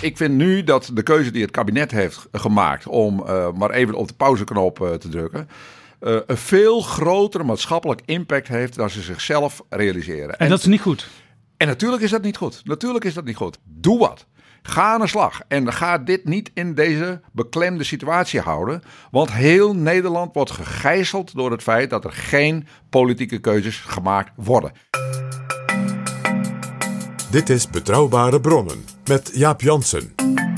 ik vind nu dat de keuze die het kabinet heeft gemaakt om maar even op de pauzeknop te drukken, een veel grotere maatschappelijk impact heeft dan ze zichzelf realiseren. En dat is niet goed. En natuurlijk is dat niet goed. Doe wat. Ga aan de slag. En ga dit niet in deze beklemde situatie houden. Want heel Nederland wordt gegijzeld door het feit dat er geen politieke keuzes gemaakt worden. Dit is Betrouwbare Bronnen met Jaap Jansen.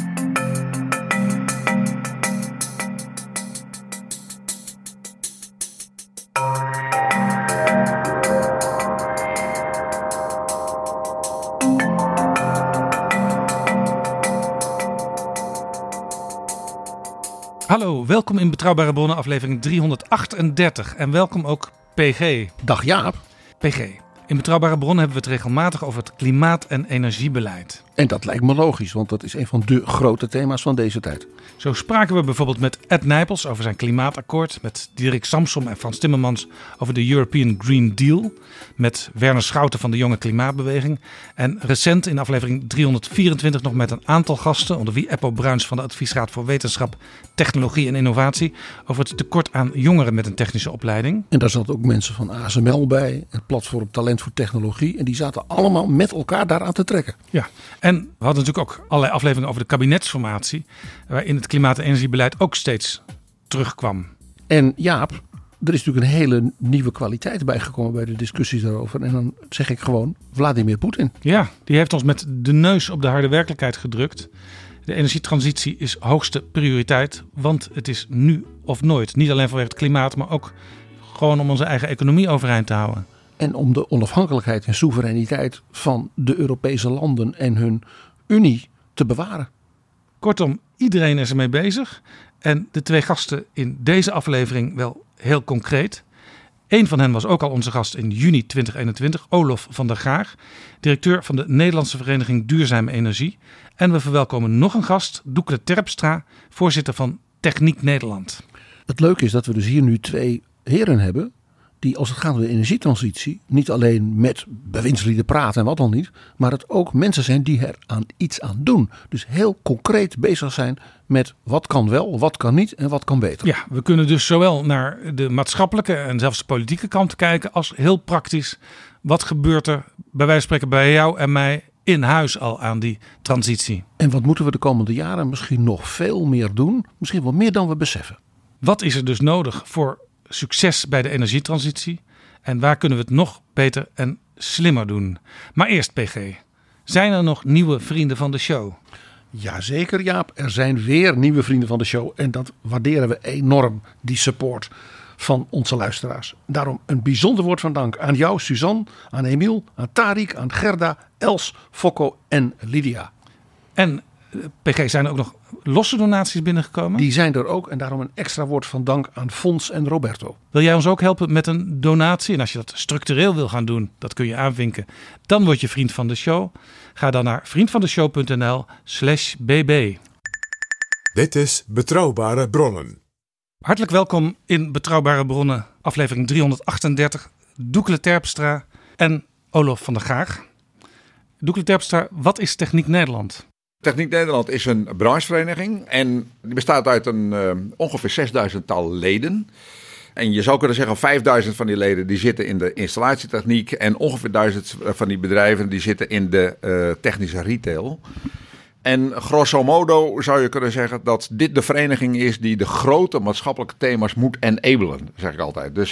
Hallo, welkom in Betrouwbare Bronnen aflevering 338 en welkom ook PG. Dag Jaap. PG, in Betrouwbare Bronnen hebben we het regelmatig over het klimaat- en energiebeleid. En dat lijkt me logisch, want dat is een van de grote thema's van deze tijd. Zo spraken we bijvoorbeeld met Ed Nijpels over zijn klimaatakkoord, met Diederik Samsom en Frans Timmermans over de European Green Deal, met Werner Schouten van de Jonge Klimaatbeweging en recent in aflevering 324 nog met een aantal gasten, onder wie Eppo Bruins van de Adviesraad voor Wetenschap, Technologie en Innovatie, over het tekort aan jongeren met een technische opleiding. En daar zaten ook mensen van ASML bij, het platform Talent voor Technologie, en die zaten allemaal met elkaar daaraan te trekken. Ja, en we hadden natuurlijk ook allerlei afleveringen over de kabinetsformatie, waarin het klimaat- en energiebeleid ook steeds terugkwam. En Jaap, er is natuurlijk een hele nieuwe kwaliteit bijgekomen bij de discussies daarover. En dan zeg ik gewoon Vladimir Poetin. Ja, die heeft ons met de neus op de harde werkelijkheid gedrukt. De energietransitie is hoogste prioriteit, want het is nu of nooit. Niet alleen vanwege het klimaat, maar ook gewoon om onze eigen economie overeind te houden. En om de onafhankelijkheid en soevereiniteit van de Europese landen en hun Unie te bewaren. Kortom, iedereen is ermee bezig. En de twee gasten in deze aflevering wel heel concreet. Eén van hen was ook al onze gast in juni 2021, Olof van der Graag, directeur van de Nederlandse Vereniging Duurzame Energie. En we verwelkomen nog een gast, Doekle Terpstra, voorzitter van Techniek Nederland. Het leuke is dat we dus hier nu twee heren hebben die, als het gaat om de energietransitie, niet alleen met bewindslieden praten en wat dan niet, maar het ook mensen zijn die er iets aan doen. Dus heel concreet bezig zijn met wat kan wel, wat kan niet en wat kan beter. Ja, we kunnen dus zowel naar de maatschappelijke en zelfs de politieke kant kijken, als heel praktisch, wat gebeurt er bij wijze van spreken bij jou en mij in huis al aan die transitie? En wat moeten we de komende jaren misschien nog veel meer doen? Misschien wel meer dan we beseffen. Wat is er dus nodig voor succes bij de energietransitie? En waar kunnen we het nog beter en slimmer doen? Maar eerst PG, zijn er nog nieuwe vrienden van de show? Jazeker Jaap, er zijn weer nieuwe vrienden van de show. En dat waarderen we enorm, die support van onze luisteraars. Daarom een bijzonder woord van dank aan jou, Suzanne, aan Emiel, aan Tariq, aan Gerda, Els, Fokko en Lydia. En PG, zijn er ook nog losse donaties binnengekomen? Die zijn er ook en daarom een extra woord van dank aan Fons en Roberto. Wil jij ons ook helpen met een donatie? En als je dat structureel wil gaan doen, dat kun je aanvinken. Dan word je vriend van de show. Ga dan naar vriendvandeshow.nl/bb. Dit is Betrouwbare Bronnen. Hartelijk welkom in Betrouwbare Bronnen, aflevering 338. Doekle Terpstra en Olof van der Graag. Doekle Terpstra, wat is Techniek Nederland? Techniek Nederland is een branchevereniging en die bestaat uit een ongeveer 6000-tal leden. En je zou kunnen zeggen 5000 van die leden die zitten in de installatietechniek en ongeveer 1000 van die bedrijven die zitten in de technische retail. En grosso modo zou je kunnen zeggen dat dit de vereniging is die de grote maatschappelijke thema's moet enablen, zeg ik altijd. Dus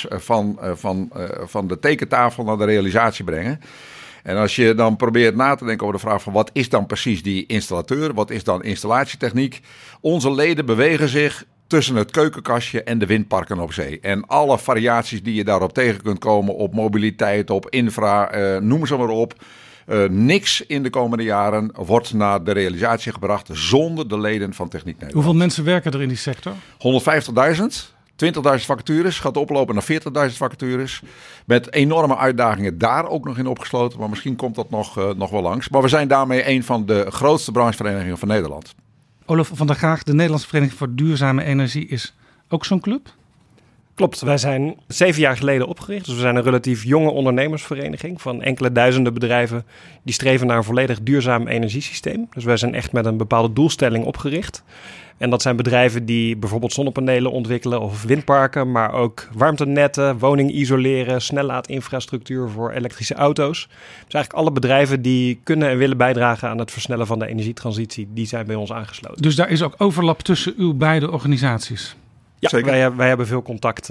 van de tekentafel naar de realisatie brengen. En als je dan probeert na te denken over de vraag van wat is dan precies die installateur, wat is dan installatietechniek? Onze leden bewegen zich tussen het keukenkastje en de windparken op zee. En alle variaties die je daarop tegen kunt komen op mobiliteit, op infra, noem ze maar op. Niks in de komende jaren wordt naar de realisatie gebracht zonder de leden van Techniek Nederland. Hoeveel mensen werken er in die sector? 150.000. 20.000 vacatures, gaat oplopen naar 40.000 vacatures. Met enorme uitdagingen daar ook nog in opgesloten. Maar misschien komt dat nog wel langs. Maar we zijn daarmee een van de grootste brancheverenigingen van Nederland. Olof van der Graag, de Nederlandse Vereniging voor Duurzame Energie, is ook zo'n club? Klopt, wij zijn 7 jaar geleden opgericht. Dus we zijn een relatief jonge ondernemersvereniging van enkele duizenden bedrijven die streven naar een volledig duurzaam energiesysteem. Dus wij zijn echt met een bepaalde doelstelling opgericht. En dat zijn bedrijven die bijvoorbeeld zonnepanelen ontwikkelen of windparken, maar ook warmtenetten, woning isoleren, snellaadinfrastructuur voor elektrische auto's. Dus eigenlijk alle bedrijven die kunnen en willen bijdragen aan het versnellen van de energietransitie, die zijn bij ons aangesloten. Dus daar is ook overlap tussen uw beide organisaties? Ja, wij hebben veel contact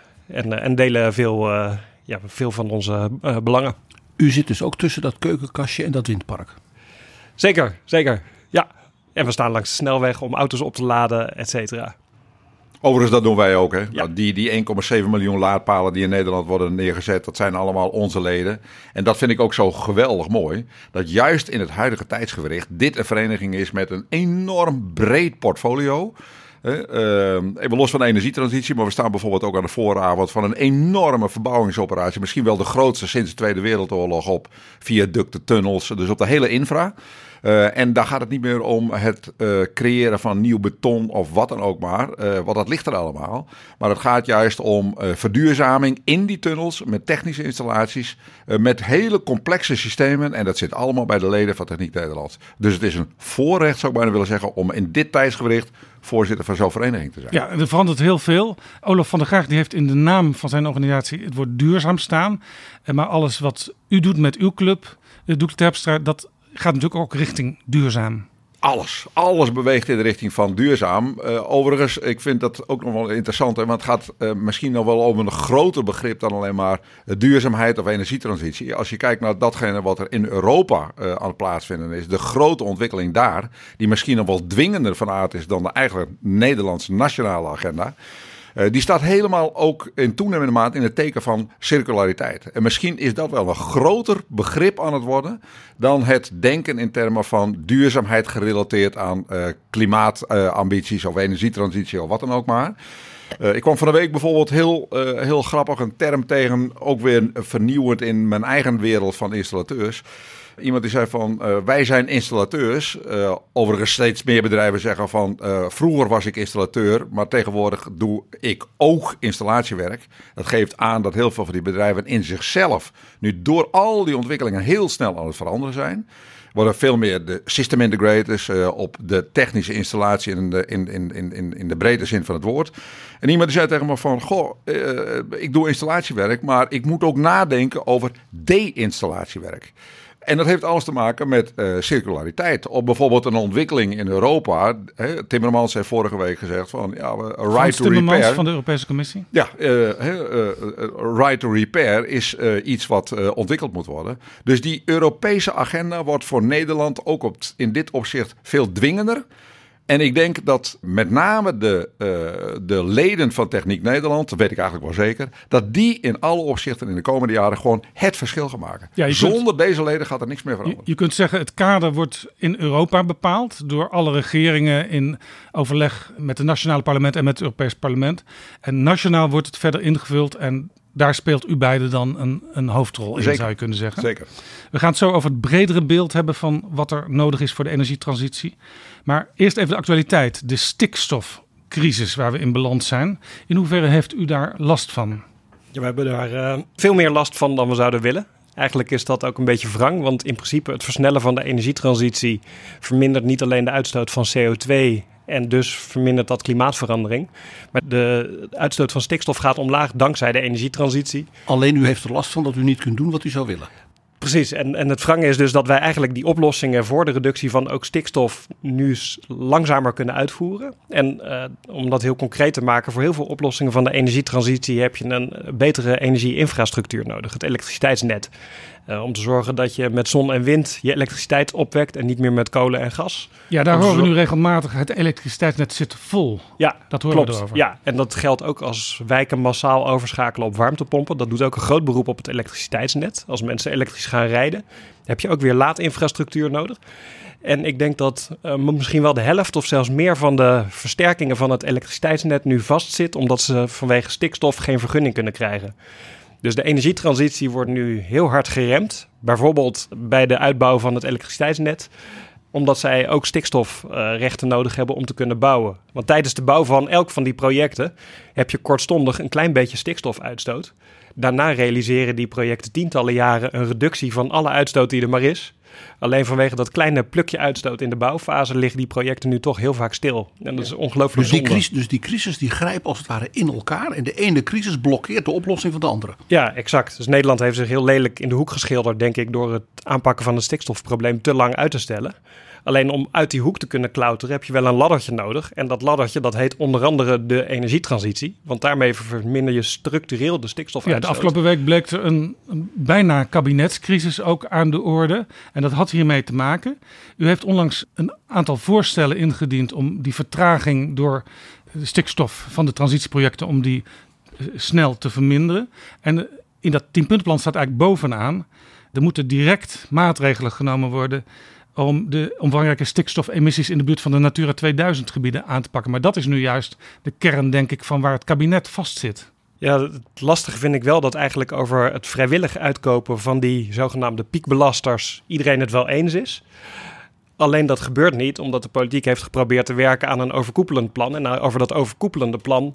en delen veel van onze belangen. U zit dus ook tussen dat keukenkastje en dat windpark? Zeker. Ja. En we staan langs de snelweg om auto's op te laden, et cetera. Overigens, dat doen wij ook. Hè? Ja. Die 1,7 miljoen laadpalen die in Nederland worden neergezet, dat zijn allemaal onze leden. En dat vind ik ook zo geweldig mooi. Dat juist in het huidige tijdsgewricht dit een vereniging is met een enorm breed portfolio. Even los van de energietransitie, maar we staan bijvoorbeeld ook aan de vooravond van een enorme verbouwingsoperatie. Misschien wel de grootste sinds de Tweede Wereldoorlog op viaducten, tunnels, dus op de hele infra. En daar gaat het niet meer om het creëren van nieuw beton of wat dan ook maar. Want dat ligt er allemaal. Maar het gaat juist om verduurzaming in die tunnels met technische installaties. Met hele complexe systemen. En dat zit allemaal bij de leden van Techniek Nederland. Dus het is een voorrecht, zou ik bijna willen zeggen, om in dit tijdsgewricht voorzitter van zo'n vereniging te zijn. Ja, er verandert heel veel. Olaf van der Graag die heeft in de naam van zijn organisatie het woord duurzaam staan. Maar alles wat u doet met uw club, Doekle Terpstra, dat gaat natuurlijk ook richting duurzaam. Alles beweegt in de richting van duurzaam. Overigens, ik vind dat ook nog wel interessant. Hè, want het gaat misschien nog wel om een groter begrip dan alleen maar duurzaamheid of energietransitie. Als je kijkt naar datgene wat er in Europa aan het plaatsvinden is. De grote ontwikkeling daar, die misschien nog wel dwingender van aard is dan de eigenlijk Nederlandse nationale agenda. Die staat helemaal ook in toenemende mate in het teken van circulariteit. En misschien is dat wel een groter begrip aan het worden dan het denken in termen van duurzaamheid gerelateerd aan klimaatambities of energietransitie of wat dan ook maar. Ik kwam van de week bijvoorbeeld heel grappig een term tegen, ook weer vernieuwend in mijn eigen wereld van installateurs. Iemand die zei van, wij zijn installateurs. Overigens steeds meer bedrijven zeggen van, vroeger was ik installateur, maar tegenwoordig doe ik ook installatiewerk. Dat geeft aan dat heel veel van die bedrijven in zichzelf nu door al die ontwikkelingen heel snel aan het veranderen zijn. Worden veel meer de system integrators op de technische installatie in de brede zin van het woord. En iemand die zei tegen me van, ik doe installatiewerk, maar ik moet ook nadenken over de-installatiewerk. En dat heeft alles te maken met circulariteit. Op bijvoorbeeld een ontwikkeling in Europa. Timmermans heeft vorige week gezegd van right to repair. Van de Europese Commissie? Ja, right to repair is iets wat ontwikkeld moet worden. Dus die Europese agenda wordt voor Nederland ook in dit opzicht veel dwingender. En ik denk dat met name de leden van Techniek Nederland, dat weet ik eigenlijk wel zeker, dat die in alle opzichten in de komende jaren gewoon het verschil gaan maken. Ja, zonder deze leden gaat er niks meer veranderen. Je kunt zeggen, het kader wordt in Europa bepaald door alle regeringen in overleg met het nationale parlement en met het Europees parlement. En nationaal wordt het verder ingevuld en daar speelt u beiden dan een hoofdrol in, zou je kunnen zeggen. Zeker. We gaan het zo over het bredere beeld hebben van wat er nodig is voor de energietransitie. Maar eerst even de actualiteit. De stikstofcrisis waar we in beland zijn. In hoeverre heeft u daar last van? Ja, we hebben daar veel meer last van dan we zouden willen. Eigenlijk is dat ook een beetje wrang, want in principe het versnellen van de energietransitie vermindert niet alleen de uitstoot van CO2 en dus vermindert dat klimaatverandering. Maar de uitstoot van stikstof gaat omlaag dankzij de energietransitie. Alleen u heeft er last van dat u niet kunt doen wat u zou willen. Precies, en het wrange is dus dat wij eigenlijk die oplossingen voor de reductie van ook stikstof nu langzamer kunnen uitvoeren. En om dat heel concreet te maken, voor heel veel oplossingen van de energietransitie heb je een betere energieinfrastructuur nodig, het elektriciteitsnet. Om te zorgen dat je met zon en wind je elektriciteit opwekt en niet meer met kolen en gas. Ja, daar horen we nu regelmatig. Het elektriciteitsnet zit vol. Ja, dat horen we erover. Ja, en dat geldt ook als wijken massaal overschakelen op warmtepompen. Dat doet ook een groot beroep op het elektriciteitsnet. Als mensen elektrisch gaan rijden, heb je ook weer laadinfrastructuur nodig. En ik denk dat misschien wel de helft of zelfs meer van de versterkingen van het elektriciteitsnet nu vastzit, omdat ze vanwege stikstof geen vergunning kunnen krijgen. Dus de energietransitie wordt nu heel hard geremd. Bijvoorbeeld bij de uitbouw van het elektriciteitsnet. Omdat zij ook stikstofrechten nodig hebben om te kunnen bouwen. Want tijdens de bouw van elk van die projecten heb je kortstondig een klein beetje stikstofuitstoot. Daarna realiseren die projecten tientallen jaren een reductie van alle uitstoot die er maar is. Alleen vanwege dat kleine plukje uitstoot in de bouwfase liggen die projecten nu toch heel vaak stil. En dat is ongelooflijk zonde. Dus die crisis die grijpt als het ware in elkaar. En de ene crisis blokkeert de oplossing van de andere. Ja, exact. Dus Nederland heeft zich heel lelijk in de hoek geschilderd, denk ik, door het aanpakken van het stikstofprobleem te lang uit te stellen. Alleen om uit die hoek te kunnen klauteren heb je wel een laddertje nodig. En dat laddertje dat heet onder andere de energietransitie. Want daarmee verminder je structureel de stikstofuitstoot. Ja, de afgelopen week bleek er een bijna kabinetscrisis ook aan de orde. En dat had hiermee te maken. U heeft onlangs een aantal voorstellen ingediend om die vertraging door de stikstof van de transitieprojecten om die snel te verminderen. En in dat 10-puntenplan staat eigenlijk bovenaan: er moeten direct maatregelen genomen worden om de omvangrijke stikstofemissies in de buurt van de Natura 2000 gebieden aan te pakken. Maar dat is nu juist de kern, denk ik, van waar het kabinet vastzit. Ja, het lastige vind ik wel dat eigenlijk over het vrijwillig uitkopen van die zogenaamde piekbelasters iedereen het wel eens is. Alleen dat gebeurt niet, omdat de politiek heeft geprobeerd te werken aan een overkoepelend plan. En over dat overkoepelende plan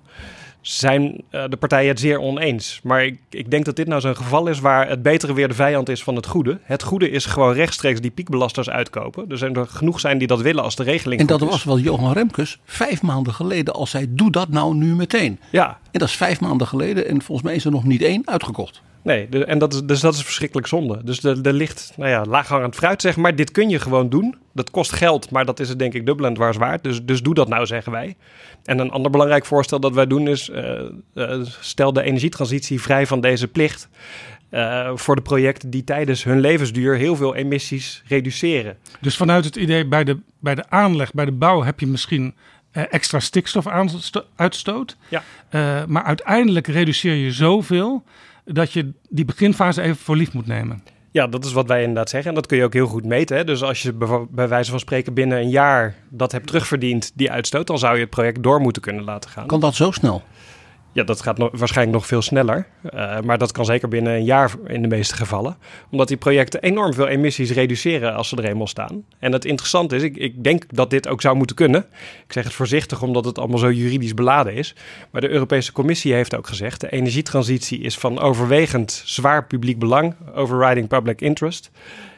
zijn de partijen het zeer oneens. Maar ik denk dat dit nou zo'n geval is waar het betere weer de vijand is van het goede. Het goede is gewoon rechtstreeks die piekbelasters uitkopen. Er zijn er genoeg zijn die dat willen als de regeling En goed dat is. was wel Johan Remkes 5 maanden geleden al zei: doe dat nou nu meteen. Ja. En dat is 5 maanden geleden en volgens mij is er nog niet 1 uitgekocht. Nee, en dat is verschrikkelijk zonde. Dus er ligt laaghangend fruit, zeg maar. Dit kun je gewoon doen. Dat kost geld, maar dat is het denk ik dubbel en dwars waard. Dus doe dat nou, zeggen wij. En een ander belangrijk voorstel dat wij doen is: stel de energietransitie vrij van deze plicht voor de projecten die tijdens hun levensduur heel veel emissies reduceren. Dus vanuit het idee bij de aanleg, bij de bouw heb je misschien extra stikstofuitstoot. Ja. Maar uiteindelijk reduceer je zoveel dat je die beginfase even voor lief moet nemen. Ja, dat is wat wij inderdaad zeggen. En dat kun je ook heel goed meten. Hè? Dus als je bij wijze van spreken binnen een jaar dat hebt terugverdiend, die uitstoot, dan zou je het project door moeten kunnen laten gaan. Kan dat zo snel? Ja, dat gaat waarschijnlijk nog veel sneller. Maar dat kan zeker binnen een jaar in de meeste gevallen. Omdat die projecten enorm veel emissies reduceren als ze er eenmaal staan. En het interessante is, ik denk dat dit ook zou moeten kunnen. Ik zeg het voorzichtig omdat het allemaal zo juridisch beladen is. Maar de Europese Commissie heeft ook gezegd: de energietransitie is van overwegend zwaar publiek belang, overriding public interest.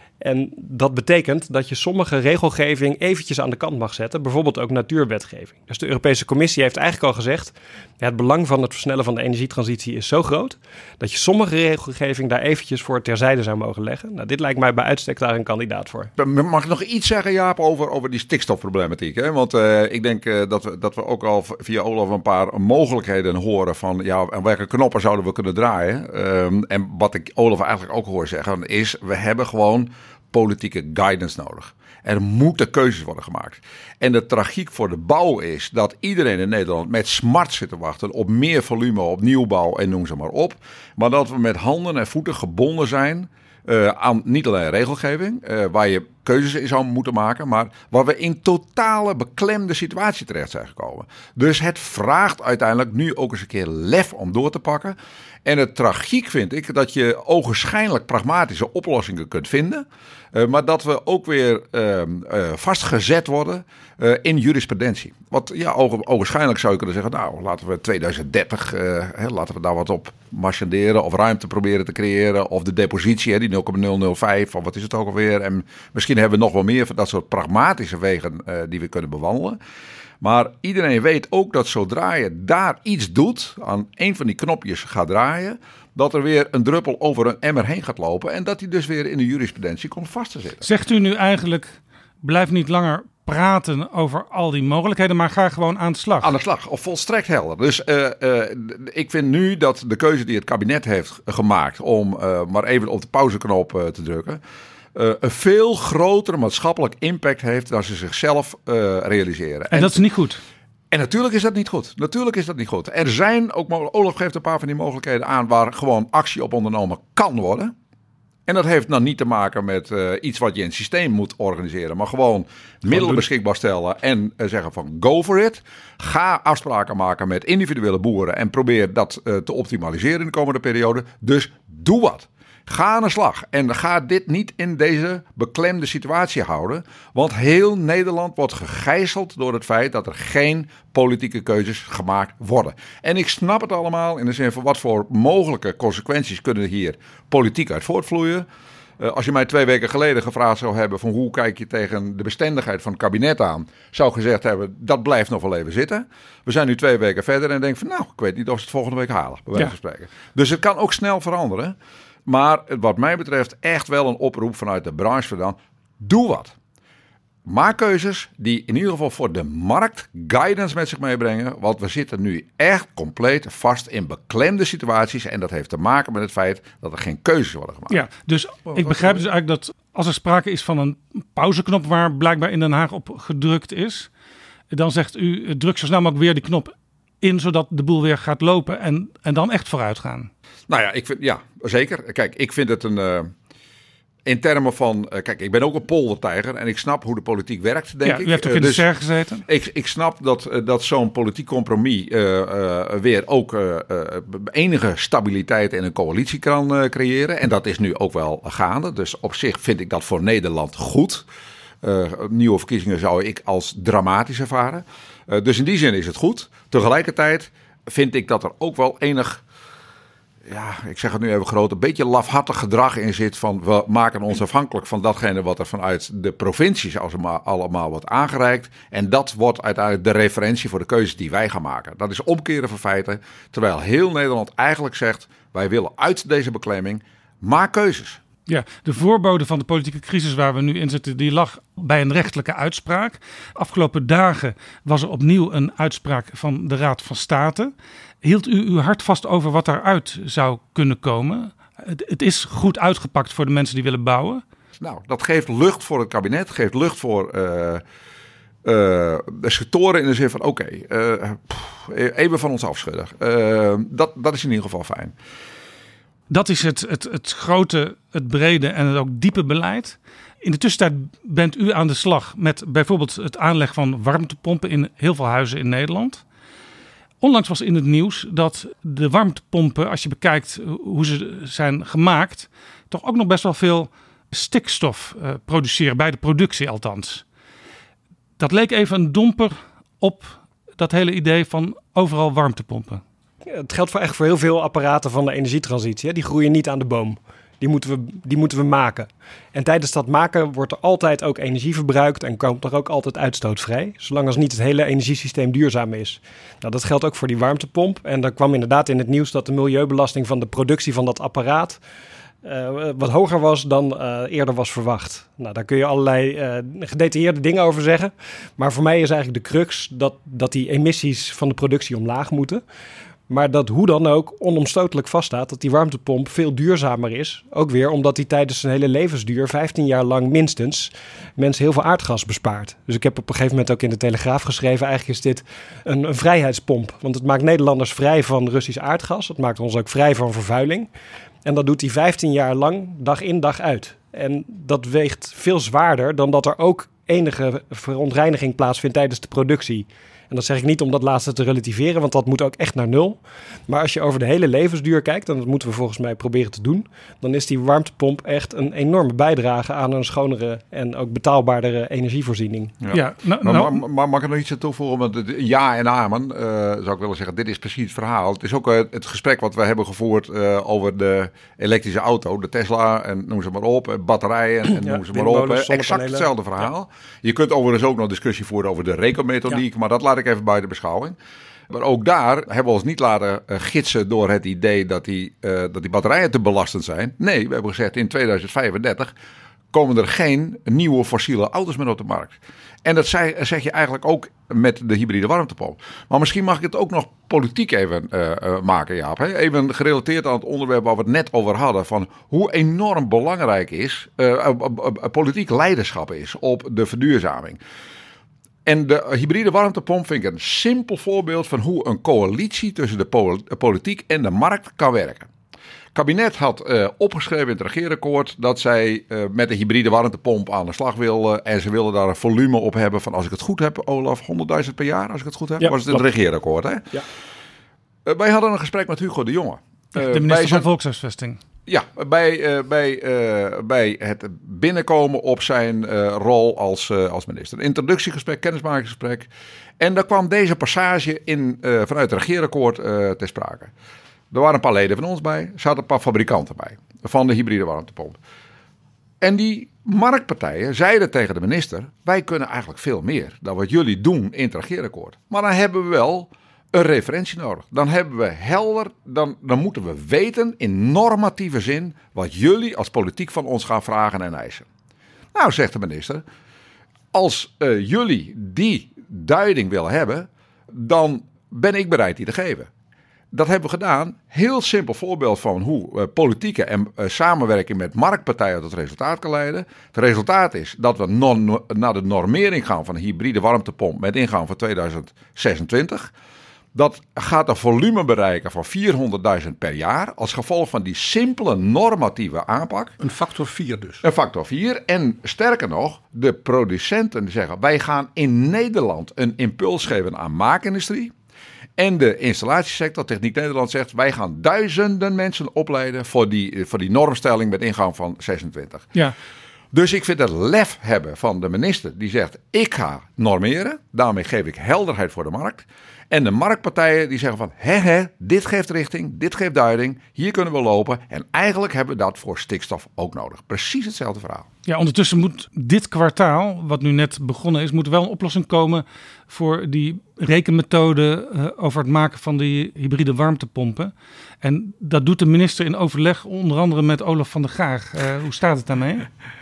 En dat betekent dat je sommige regelgeving eventjes aan de kant mag zetten. Bijvoorbeeld ook natuurwetgeving. Dus de Europese Commissie heeft eigenlijk al gezegd: het belang van het versnellen van de energietransitie is zo groot dat je sommige regelgeving daar eventjes voor terzijde zou mogen leggen. Nou, dit lijkt mij bij uitstek daar een kandidaat voor. Mag ik nog iets zeggen, Jaap, over die stikstofproblematiek? Hè? Want ik denk dat we ook al via Olaf een paar mogelijkheden horen van aan welke knoppen zouden we kunnen draaien. En wat ik Olaf eigenlijk ook hoor zeggen is: we hebben gewoon politieke guidance nodig. Er moeten keuzes worden gemaakt. En de tragiek voor de bouw is dat iedereen in Nederland met smart zit te wachten op meer volume, op nieuwbouw en noem ze maar op. Maar dat we met handen en voeten gebonden zijn aan niet alleen regelgeving, waar je keuzes in zou moeten maken, maar waar we in totale beklemde situatie terecht zijn gekomen. Dus het vraagt uiteindelijk nu ook eens een keer lef om door te pakken. En het tragiek vind ik dat je ogenschijnlijk pragmatische oplossingen kunt vinden, maar dat we ook weer vastgezet worden in jurisprudentie. Want ja, ogenschijnlijk zou je kunnen zeggen: nou, laten we 2030, laten we daar wat op marchanderen of ruimte proberen te creëren. Of de depositie, die 0,005, of wat is het ook alweer. En misschien hebben we nog wel meer van dat soort pragmatische wegen die we kunnen bewandelen. Maar iedereen weet ook dat zodra je daar iets doet, aan een van die knopjes gaat draaien, dat er weer een druppel over een emmer heen gaat lopen en dat die dus weer in de jurisprudentie komt vast te zitten. Zegt u nu eigenlijk: blijf niet langer praten over al die mogelijkheden, maar ga gewoon aan de slag? Aan de slag, of volstrekt helder. Dus ik vind nu dat de keuze die het kabinet heeft gemaakt om maar even op de pauzeknop te drukken, een veel grotere maatschappelijk impact heeft dan ze zichzelf realiseren. En dat is niet goed. En natuurlijk is dat niet goed. Er zijn ook, Olaf geeft een paar van die mogelijkheden aan waar gewoon actie op ondernomen kan worden. En dat heeft dan niet te maken met iets wat je in het systeem moet organiseren, maar gewoon middelen beschikbaar stellen en zeggen van go for it. Ga afspraken maken met individuele boeren en probeer dat te optimaliseren in de komende periode. Dus doe wat. Ga aan de slag en ga dit niet in deze beklemde situatie houden. Want heel Nederland wordt gegijzeld door het feit dat er geen politieke keuzes gemaakt worden. En ik snap het allemaal in de zin van wat voor mogelijke consequenties kunnen hier politiek uit voortvloeien. Als je mij 2 weken geleden gevraagd zou hebben van hoe kijk je tegen de bestendigheid van het kabinet aan, zou ik gezegd hebben dat blijft nog wel even zitten. We zijn nu 2 weken verder en denk van ik weet niet of ze het volgende week halen, bij wijze van spreken. Dus het kan ook snel veranderen. Maar wat mij betreft echt wel een oproep vanuit de branche dan, doe wat. Maak keuzes die in ieder geval voor de markt guidance met zich meebrengen. Want we zitten nu echt compleet vast in beklemde situaties. En dat heeft te maken met het feit dat er geen keuzes worden gemaakt. Ja, dus ik begrijp dus eigenlijk dat als er sprake is van een pauzeknop waar blijkbaar in Den Haag op gedrukt is. Dan zegt u, druk zo snel mogelijk weer die knop in, zodat de boel weer gaat lopen en dan echt vooruit gaan. Nou ja, zeker. Kijk, ik vind het in termen van... Kijk, ik ben ook een poldertijger en ik snap hoe de politiek werkt, denk ik. U heeft ook in de SER gezeten. Ik snap dat zo'n politiek compromis weer ook enige stabiliteit in een coalitie kan creëren. En dat is nu ook wel gaande. Dus op zich vind ik dat voor Nederland goed. Nieuwe verkiezingen zou ik als dramatisch ervaren. Dus in die zin is het goed. Tegelijkertijd vind ik dat er ook wel enig... Ja, ik zeg het nu even groot, een beetje lafhartig gedrag in zit van we maken ons afhankelijk van datgene wat er vanuit de provincies allemaal wordt aangereikt. En dat wordt uiteindelijk de referentie voor de keuzes die wij gaan maken. Dat is omkeren van feiten, terwijl heel Nederland eigenlijk zegt wij willen uit deze beklemming, maak keuzes. Ja, de voorbode van de politieke crisis waar we nu in zitten, die lag bij een rechtelijke uitspraak. Afgelopen dagen was er opnieuw een uitspraak van de Raad van State. Hield u uw hart vast over wat daaruit zou kunnen komen? Het is goed uitgepakt voor de mensen die willen bouwen. Nou, dat geeft lucht voor het kabinet, geeft lucht voor de sectoren in de zin van even van ons afschudden. Dat is in ieder geval fijn. Dat is het grote, het brede en het ook diepe beleid. In de tussentijd bent u aan de slag met bijvoorbeeld het aanleg van warmtepompen in heel veel huizen in Nederland. Onlangs was in het nieuws dat de warmtepompen, als je bekijkt hoe ze zijn gemaakt, toch ook nog best wel veel stikstof produceren, bij de productie althans. Dat leek even een domper op dat hele idee van overal warmtepompen. Het geldt voor heel veel apparaten van de energietransitie. Hè? Die groeien niet aan de boom. Die moeten we maken. En tijdens dat maken wordt er altijd ook energie verbruikt en komt er ook altijd uitstoot vrij. Zolang als niet het hele energiesysteem duurzaam is. Nou, dat geldt ook voor die warmtepomp. En daar kwam inderdaad in het nieuws dat de milieubelasting van de productie van dat apparaat wat hoger was dan eerder was verwacht. Nou, daar kun je allerlei gedetailleerde dingen over zeggen. Maar voor mij is eigenlijk de crux dat die emissies van de productie omlaag moeten. Maar dat hoe dan ook onomstotelijk vaststaat dat die warmtepomp veel duurzamer is. Ook weer omdat die tijdens zijn hele levensduur, 15 jaar lang minstens, mensen heel veel aardgas bespaart. Dus ik heb op een gegeven moment ook in de Telegraaf geschreven, eigenlijk is dit een vrijheidspomp. Want het maakt Nederlanders vrij van Russisch aardgas. Het maakt ons ook vrij van vervuiling. En dat doet hij 15 jaar lang, dag in dag uit. En dat weegt veel zwaarder dan dat er ook enige verontreiniging plaatsvindt tijdens de productie. En dat zeg ik niet om dat laatste te relativeren, want dat moet ook echt naar nul. Maar als je over de hele levensduur kijkt, en dat moeten we volgens mij proberen te doen, dan is die warmtepomp echt een enorme bijdrage aan een schonere en ook betaalbaardere energievoorziening. Ja. Maar mag ik er nog iets aan toevoegen? Want ja en amen, zou ik willen zeggen, dit is precies het verhaal. Het is ook het gesprek wat we hebben gevoerd over de elektrische auto, de Tesla en noem ze maar op, batterijen en noem ze maar op. Exact hetzelfde verhaal. Ja. Je kunt overigens ook nog discussie voeren over de rekenmethodiek, maar dat laat ik even buiten beschouwing. Maar ook daar hebben we ons niet laten gidsen door het idee dat die batterijen te belastend zijn. Nee, we hebben gezegd in 2035 komen er geen nieuwe fossiele auto's meer op de markt. En dat zeg je eigenlijk ook met de hybride warmtepomp. Maar misschien mag ik het ook nog politiek even maken, Jaap. Hè? Even gerelateerd aan het onderwerp waar we het net over hadden. Van hoe enorm belangrijk is politiek leiderschap is op de verduurzaming. En de hybride warmtepomp vind ik een simpel voorbeeld van hoe een coalitie tussen de politiek en de markt kan werken. Het kabinet had opgeschreven in het regeerakkoord dat zij met de hybride warmtepomp aan de slag wilden. En ze wilden daar een volume op hebben van, als ik het goed heb, Olaf, 100.000 per jaar, als ik het goed heb. Ja, was het in het regeerakkoord, hè? Ja. Wij hadden een gesprek met Hugo de Jonge. De minister van Volkshuisvesting. Ja, bij het binnenkomen op zijn rol als minister. Een introductiegesprek, kennismakingsgesprek. En daar kwam deze passage vanuit het regeerakkoord ter sprake. Er waren een paar leden van ons bij. Er zaten een paar fabrikanten bij. Van de hybride warmtepomp. En die marktpartijen zeiden tegen de minister: wij kunnen eigenlijk veel meer dan wat jullie doen in het regeerakkoord. Maar dan hebben we wel een referentie nodig. Dan hebben we helder, dan moeten we weten in normatieve zin wat jullie als politiek van ons gaan vragen en eisen. Nou, zegt de minister, als jullie die duiding willen hebben, dan ben ik bereid die te geven. Dat hebben we gedaan. Heel simpel voorbeeld van hoe politieke en samenwerking met marktpartijen tot resultaat kan leiden. Het resultaat is dat we naar de normering gaan van een hybride warmtepomp met ingang van 2026. Dat gaat een volume bereiken van 400.000 per jaar als gevolg van die simpele normatieve aanpak. Een factor 4 dus. Een factor 4. En sterker nog, de producenten zeggen: wij gaan in Nederland een impuls geven aan maakindustrie. En de installatiesector, Techniek Nederland, zegt: wij gaan duizenden mensen opleiden voor die normstelling met ingang van 26. Ja. Dus ik vind het lef hebben van de minister die zegt: ik ga normeren. Daarmee geef ik helderheid voor de markt. En de marktpartijen die zeggen van: dit geeft richting, dit geeft duiding. Hier kunnen we lopen. En eigenlijk hebben we dat voor stikstof ook nodig. Precies hetzelfde verhaal. Ja, ondertussen moet dit kwartaal, wat nu net begonnen is, moet wel een oplossing komen voor die rekenmethode over het maken van die hybride warmtepompen. En dat doet de minister in overleg onder andere met Olaf van der Gaag. Hoe staat het daarmee?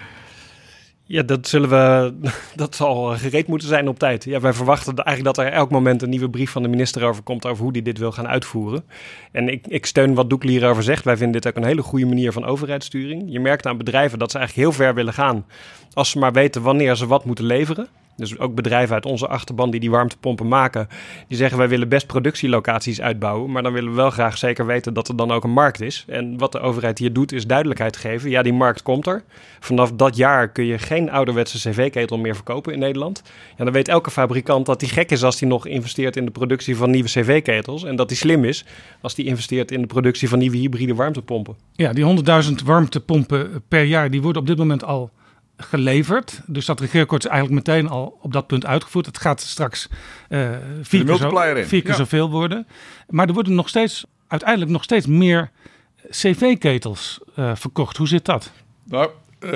Ja, dat zal gereed moeten zijn op tijd. Ja, wij verwachten eigenlijk dat er elk moment een nieuwe brief van de minister over komt over hoe hij dit wil gaan uitvoeren. En ik steun wat Doekle hierover zegt. Wij vinden dit ook een hele goede manier van overheidssturing. Je merkt aan bedrijven dat ze eigenlijk heel ver willen gaan als ze maar weten wanneer ze wat moeten leveren. Dus ook bedrijven uit onze achterban die warmtepompen maken, die zeggen: wij willen best productielocaties uitbouwen, maar dan willen we wel graag zeker weten dat er dan ook een markt is. En wat de overheid hier doet is duidelijkheid geven. Ja, die markt komt er. Vanaf dat jaar kun je geen ouderwetse cv-ketel meer verkopen in Nederland. Ja, dan weet elke fabrikant dat hij gek is als hij nog investeert in de productie van nieuwe cv-ketels. En dat hij slim is als hij investeert in de productie van nieuwe hybride warmtepompen. Ja, die 100.000 warmtepompen per jaar, die worden op dit moment al geleverd. Dus dat regeerakkoord is eigenlijk meteen al op dat punt uitgevoerd. Het gaat straks vier keer zoveel worden. Maar er worden uiteindelijk nog steeds meer cv-ketels verkocht. Hoe zit dat? Nou,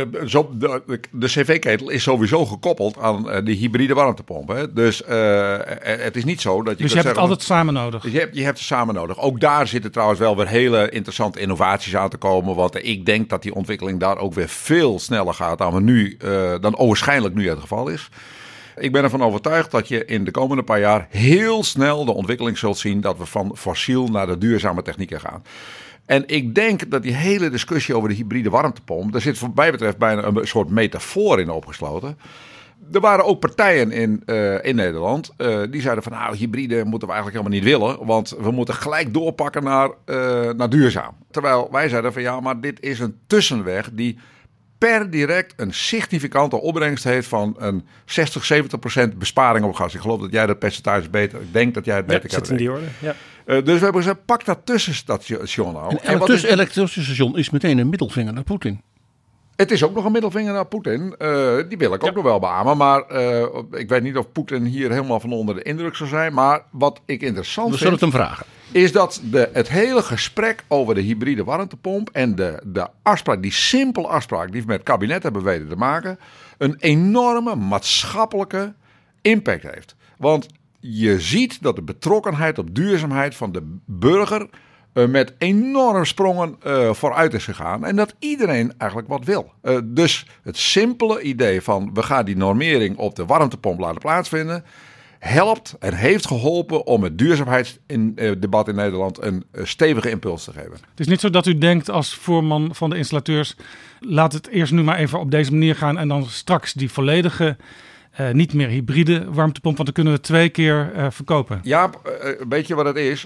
de cv-ketel is sowieso gekoppeld aan de hybride warmtepomp. Hè? Dus het is niet zo dat je. Dus je hebt het altijd samen nodig. Je hebt het samen nodig. Ook daar zitten trouwens wel weer hele interessante innovaties aan te komen. Want ik denk dat die ontwikkeling daar ook weer veel sneller gaat dan waarschijnlijk nu het geval is. Ik ben ervan overtuigd dat je in de komende paar jaar heel snel de ontwikkeling zult zien dat we van fossiel naar de duurzame technieken gaan. En ik denk dat die hele discussie over de hybride warmtepomp, daar zit wat mij betreft bijna een soort metafoor in opgesloten. Er waren ook partijen in Nederland die zeiden van: nou, hybride moeten we eigenlijk helemaal niet willen, want we moeten gelijk doorpakken naar duurzaam. Terwijl wij zeiden van: ja, maar dit is een tussenweg die per direct een significante opbrengst heeft van een 60-70% besparing op gas. Ik geloof dat jij dat percentage beter, ik denk dat jij het beter kent. Zit in die orde, ja. Dus we hebben gezegd: pak dat tussenstation nou. En het elektriciteit is meteen een middelvinger naar Poetin. Het is ook nog een middelvinger naar Poetin. Die wil ik ook nog wel beamen. Maar ik weet niet of Poetin hier helemaal van onder de indruk zou zijn. Maar wat ik interessant vind, zullen het hem vragen, is dat het hele gesprek over de hybride warmtepomp en de afspraak, die simpele afspraak die we met het kabinet hebben weten te maken, een enorme maatschappelijke impact heeft. Want je ziet dat de betrokkenheid op duurzaamheid van de burger met enorme sprongen vooruit is gegaan. En dat iedereen eigenlijk wat wil. Dus het simpele idee van: we gaan die normering op de warmtepomp laten plaatsvinden, helpt en heeft geholpen om het duurzaamheidsdebat in Nederland een stevige impuls te geven. Het is niet zo dat u denkt als voorman van de installateurs: laat het eerst nu maar even op deze manier gaan en dan straks die volledige niet meer hybride warmtepomp, want dan kunnen we 2 keer verkopen. Ja, weet je wat het is?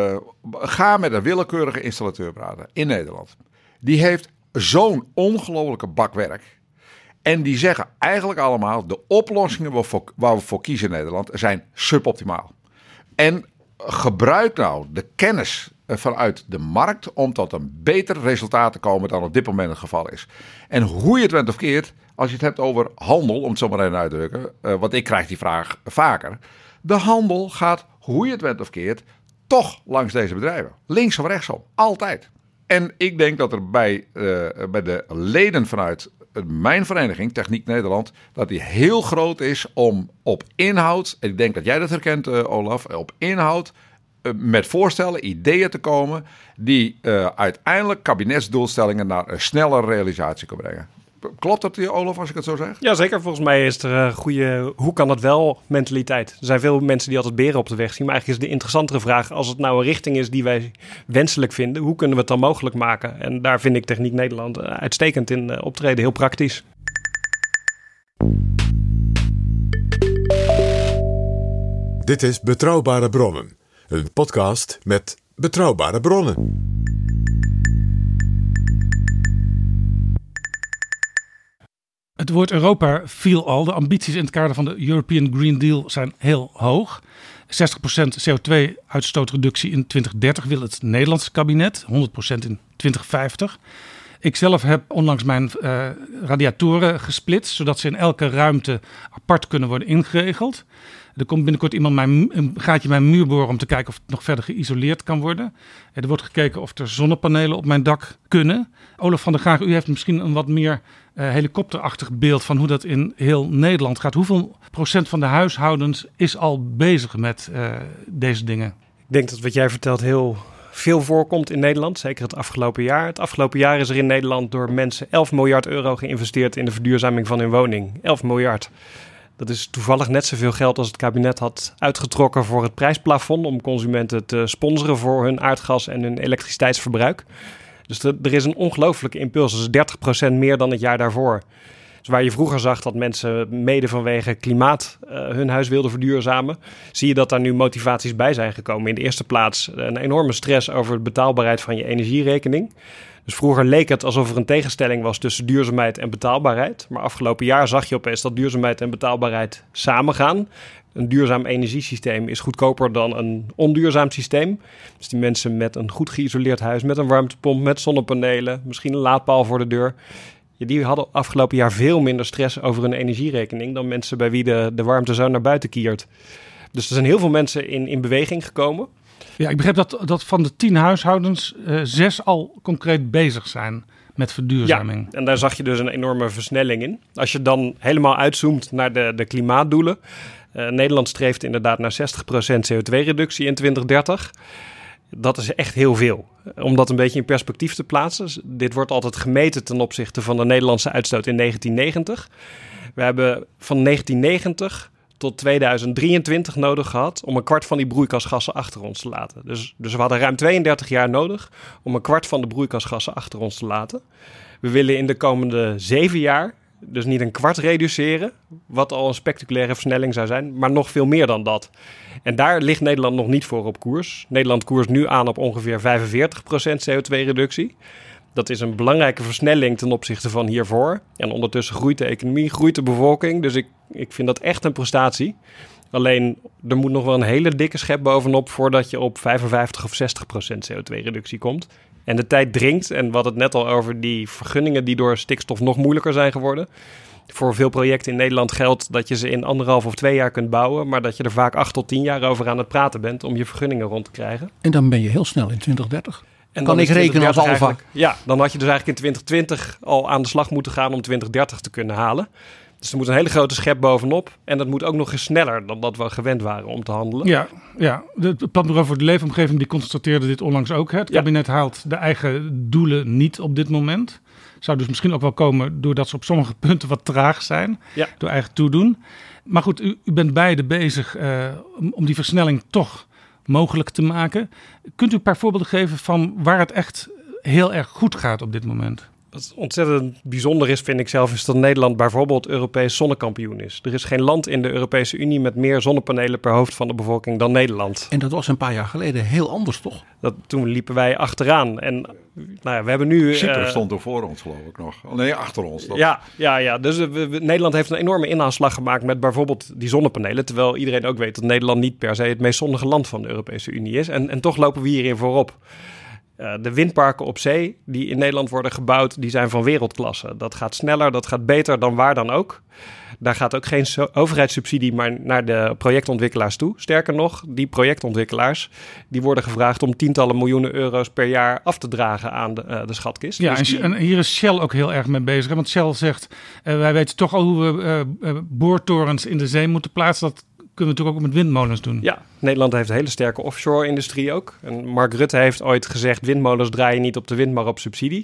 Ga met een willekeurige installateur praten in Nederland. Die heeft zo'n ongelofelijke bak werk. En die zeggen eigenlijk allemaal: de oplossingen waar we voor kiezen in Nederland zijn suboptimaal. En gebruik nou de kennis vanuit de markt om tot een beter resultaat te komen dan op dit moment het geval is. En hoe je het went of keert, als je het hebt over handel, om het zo maar even uit te drukken, want ik krijg die vraag vaker. De handel gaat, hoe je het went of keert, toch langs deze bedrijven. Links of rechtsom, altijd. En ik denk dat er bij de leden vanuit mijn vereniging, Techniek Nederland, dat die heel groot is om op inhoud, en ik denk dat jij dat herkent, Olaf, op inhoud met voorstellen, ideeën te komen die uiteindelijk kabinetsdoelstellingen naar een snelle realisatie kunnen brengen. Klopt dat, Olaf, als ik het zo zeg? Ja, zeker. Volgens mij is er een goede hoe kan het wel mentaliteit. Er zijn veel mensen die altijd beren op de weg zien. Maar eigenlijk is de interessantere vraag, als het nou een richting is die wij wenselijk vinden, hoe kunnen we het dan mogelijk maken? En daar vind ik Techniek Nederland uitstekend in optreden. Heel praktisch. Dit is Betrouwbare Bronnen. Een podcast met betrouwbare bronnen. Het woord Europa viel al. De ambities in het kader van de European Green Deal zijn heel hoog. 60% CO2-uitstootreductie in 2030 wil het Nederlandse kabinet. 100% in 2050. Ik zelf heb onlangs mijn radiatoren gesplitst, zodat ze in elke ruimte apart kunnen worden ingeregeld. Er komt binnenkort iemand een gaatje in mijn muur boren om te kijken of het nog verder geïsoleerd kan worden. Er wordt gekeken of er zonnepanelen op mijn dak kunnen. Olaf van der Graag, u heeft misschien een wat meer helikopterachtig beeld van hoe dat in heel Nederland gaat. Hoeveel procent van de huishoudens is al bezig met deze dingen? Ik denk dat wat jij vertelt heel veel voorkomt in Nederland, zeker het afgelopen jaar. Het afgelopen jaar is er in Nederland door mensen 11 miljard euro geïnvesteerd in de verduurzaming van hun woning. 11 miljard. Dat is toevallig net zoveel geld als het kabinet had uitgetrokken voor het prijsplafond om consumenten te sponsoren voor hun aardgas en hun elektriciteitsverbruik. Dus er is een ongelooflijke impuls. Dat is 30% meer dan het jaar daarvoor. Dus waar je vroeger zag dat mensen mede vanwege klimaat hun huis wilden verduurzamen, zie je dat daar nu motivaties bij zijn gekomen. In de eerste plaats een enorme stress over de betaalbaarheid van je energierekening. Dus vroeger leek het alsof er een tegenstelling was tussen duurzaamheid en betaalbaarheid. Maar afgelopen jaar zag je opeens dat duurzaamheid en betaalbaarheid samengaan. Een duurzaam energiesysteem is goedkoper dan een onduurzaam systeem. Dus die mensen met een goed geïsoleerd huis, met een warmtepomp, met zonnepanelen, misschien een laadpaal voor de deur, die hadden afgelopen jaar veel minder stress over hun energierekening dan mensen bij wie de warmte zo naar buiten kiert. Dus er zijn heel veel mensen in beweging gekomen. Ja, ik begreep dat van de 10 huishoudens 6 al concreet bezig zijn met verduurzaming. Ja, en daar zag je dus een enorme versnelling in. Als je dan helemaal uitzoomt naar de klimaatdoelen. Nederland streeft inderdaad naar 60% CO2-reductie in 2030. Dat is echt heel veel. Om dat een beetje in perspectief te plaatsen. Dit wordt altijd gemeten ten opzichte van de Nederlandse uitstoot in 1990. We hebben van 1990 tot 2023 nodig gehad om een kwart van die broeikasgassen achter ons te laten. Dus we hadden ruim 32 jaar nodig om een kwart van de broeikasgassen achter ons te laten. We willen in de komende 7 jaar dus niet een kwart reduceren, wat al een spectaculaire versnelling zou zijn, maar nog veel meer dan dat. En daar ligt Nederland nog niet voor op koers. Nederland koerst nu aan op ongeveer 45% CO2-reductie. Dat is een belangrijke versnelling ten opzichte van hiervoor. En ondertussen groeit de economie, groeit de bevolking. Dus ik vind dat echt een prestatie. Alleen, er moet nog wel een hele dikke schep bovenop voordat je op 55 of 60% CO2-reductie komt. En de tijd dringt. En we hadden het net al over die vergunningen die door stikstof nog moeilijker zijn geworden. Voor veel projecten in Nederland geldt dat je ze in 1,5 of 2 jaar kunt bouwen, maar dat je er vaak 8 tot 10 jaar over aan het praten bent om je vergunningen rond te krijgen. En dan ben je heel snel in 2030. En kan ik rekenen als alfa? Ja, dan had je dus eigenlijk in 2020 al aan de slag moeten gaan om 2030 te kunnen halen. Dus er moet een hele grote schep bovenop. En dat moet ook nog eens sneller dan dat we gewend waren om te handelen. Ja. Het Planbureau voor de Leefomgeving die constateerde dit onlangs ook. Hè? Het kabinet haalt de eigen doelen niet op dit moment. Zou dus misschien ook wel komen doordat ze op sommige punten wat traag zijn. Ja. Door eigen toedoen. Maar goed, u bent beide bezig om die versnelling toch mogelijk te maken. Kunt u een paar voorbeelden geven van waar het echt heel erg goed gaat op dit moment? Wat ontzettend bijzonder is, vind ik zelf, is dat Nederland bijvoorbeeld Europees zonnekampioen is. Er is geen land in de Europese Unie met meer zonnepanelen per hoofd van de bevolking dan Nederland. En dat was een paar jaar geleden heel anders, toch? Toen liepen wij achteraan. En we hebben nu... Cyprus stond er voor ons, geloof ik nog. Oh, nee, achter ons. Ja. Dus Nederland heeft een enorme inhaalslag gemaakt met bijvoorbeeld die zonnepanelen. Terwijl iedereen ook weet dat Nederland niet per se het meest zonnige land van de Europese Unie is. En toch lopen we hierin voorop. De windparken op zee die in Nederland worden gebouwd, die zijn van wereldklasse. Dat gaat sneller, dat gaat beter dan waar dan ook. Daar gaat ook geen overheidssubsidie maar naar de projectontwikkelaars toe. Sterker nog, die projectontwikkelaars die worden gevraagd om tientallen miljoenen euro's per jaar af te dragen aan de schatkist. Ja, dus en hier is Shell ook heel erg mee bezig. Want Shell zegt, wij weten toch al hoe we boortorens in de zee moeten plaatsen. Dat kunnen we natuurlijk ook met windmolens doen. Ja, Nederland heeft een hele sterke offshore-industrie ook. En Mark Rutte heeft ooit gezegd, windmolens draaien niet op de wind, maar op subsidie.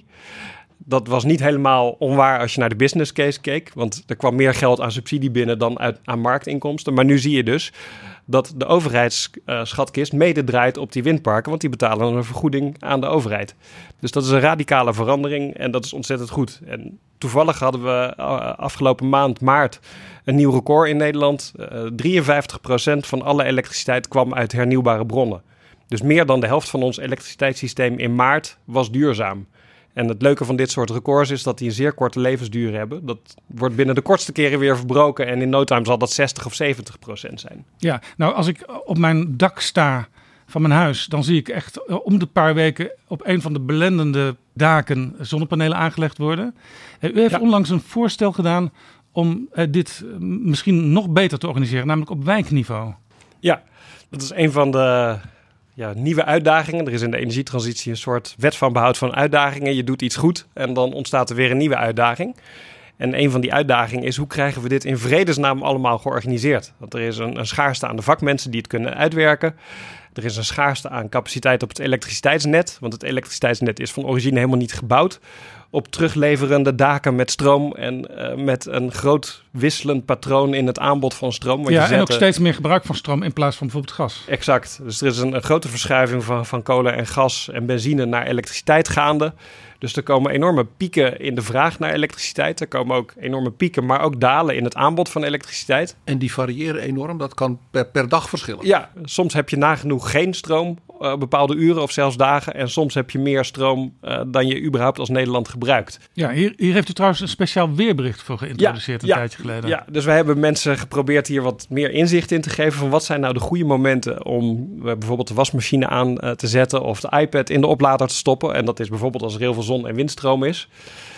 Dat was niet helemaal onwaar als je naar de business case keek. Want er kwam meer geld aan subsidie binnen dan aan marktinkomsten. Maar nu zie je dus dat de overheidsschatkist mede draait op die windparken. Want die betalen een vergoeding aan de overheid. Dus dat is een radicale verandering en dat is ontzettend goed. En toevallig hadden we afgelopen maand maart een nieuw record in Nederland. 53% van alle elektriciteit kwam uit hernieuwbare bronnen. Dus meer dan de helft van ons elektriciteitssysteem in maart was duurzaam. En het leuke van dit soort records is dat die een zeer korte levensduur hebben. Dat wordt binnen de kortste keren weer verbroken. En in no time zal dat 60 of 70% zijn. Ja, nou als ik op mijn dak sta van mijn huis, dan zie ik echt om de paar weken op een van de belendende daken zonnepanelen aangelegd worden. U heeft onlangs een voorstel gedaan om dit misschien nog beter te organiseren, namelijk op wijkniveau. Ja, dat is een van de nieuwe uitdagingen. Er is in de energietransitie een soort wet van behoud van uitdagingen. Je doet iets goed en dan ontstaat er weer een nieuwe uitdaging. En een van die uitdagingen is, hoe krijgen we dit in vredesnaam allemaal georganiseerd? Want er is een schaarste aan de vakmensen die het kunnen uitwerken. Er is een schaarste aan capaciteit op het elektriciteitsnet. Want het elektriciteitsnet is van origine helemaal niet gebouwd op terugleverende daken met stroom en met een groot wisselend patroon in het aanbod van stroom. Want en ook steeds meer gebruik van stroom in plaats van bijvoorbeeld gas. Exact. Dus er is een grote verschuiving van kolen en gas en benzine naar elektriciteit gaande. Dus er komen enorme pieken in de vraag naar elektriciteit. Er komen ook enorme pieken, maar ook dalen in het aanbod van elektriciteit. En die variëren enorm. Dat kan per dag verschillen. Ja, soms heb je nagenoeg geen stroom, bepaalde uren of zelfs dagen. En soms heb je meer stroom dan je überhaupt als Nederland gebruikt. Ja, hier heeft u trouwens een speciaal weerbericht voor geïntroduceerd een tijdje geleden. Ja, dus we hebben mensen geprobeerd hier wat meer inzicht in te geven van wat zijn nou de goede momenten om bijvoorbeeld de wasmachine aan te zetten of de iPad in de oplader te stoppen. En dat is bijvoorbeeld als er heel veel zon- en windstroom is.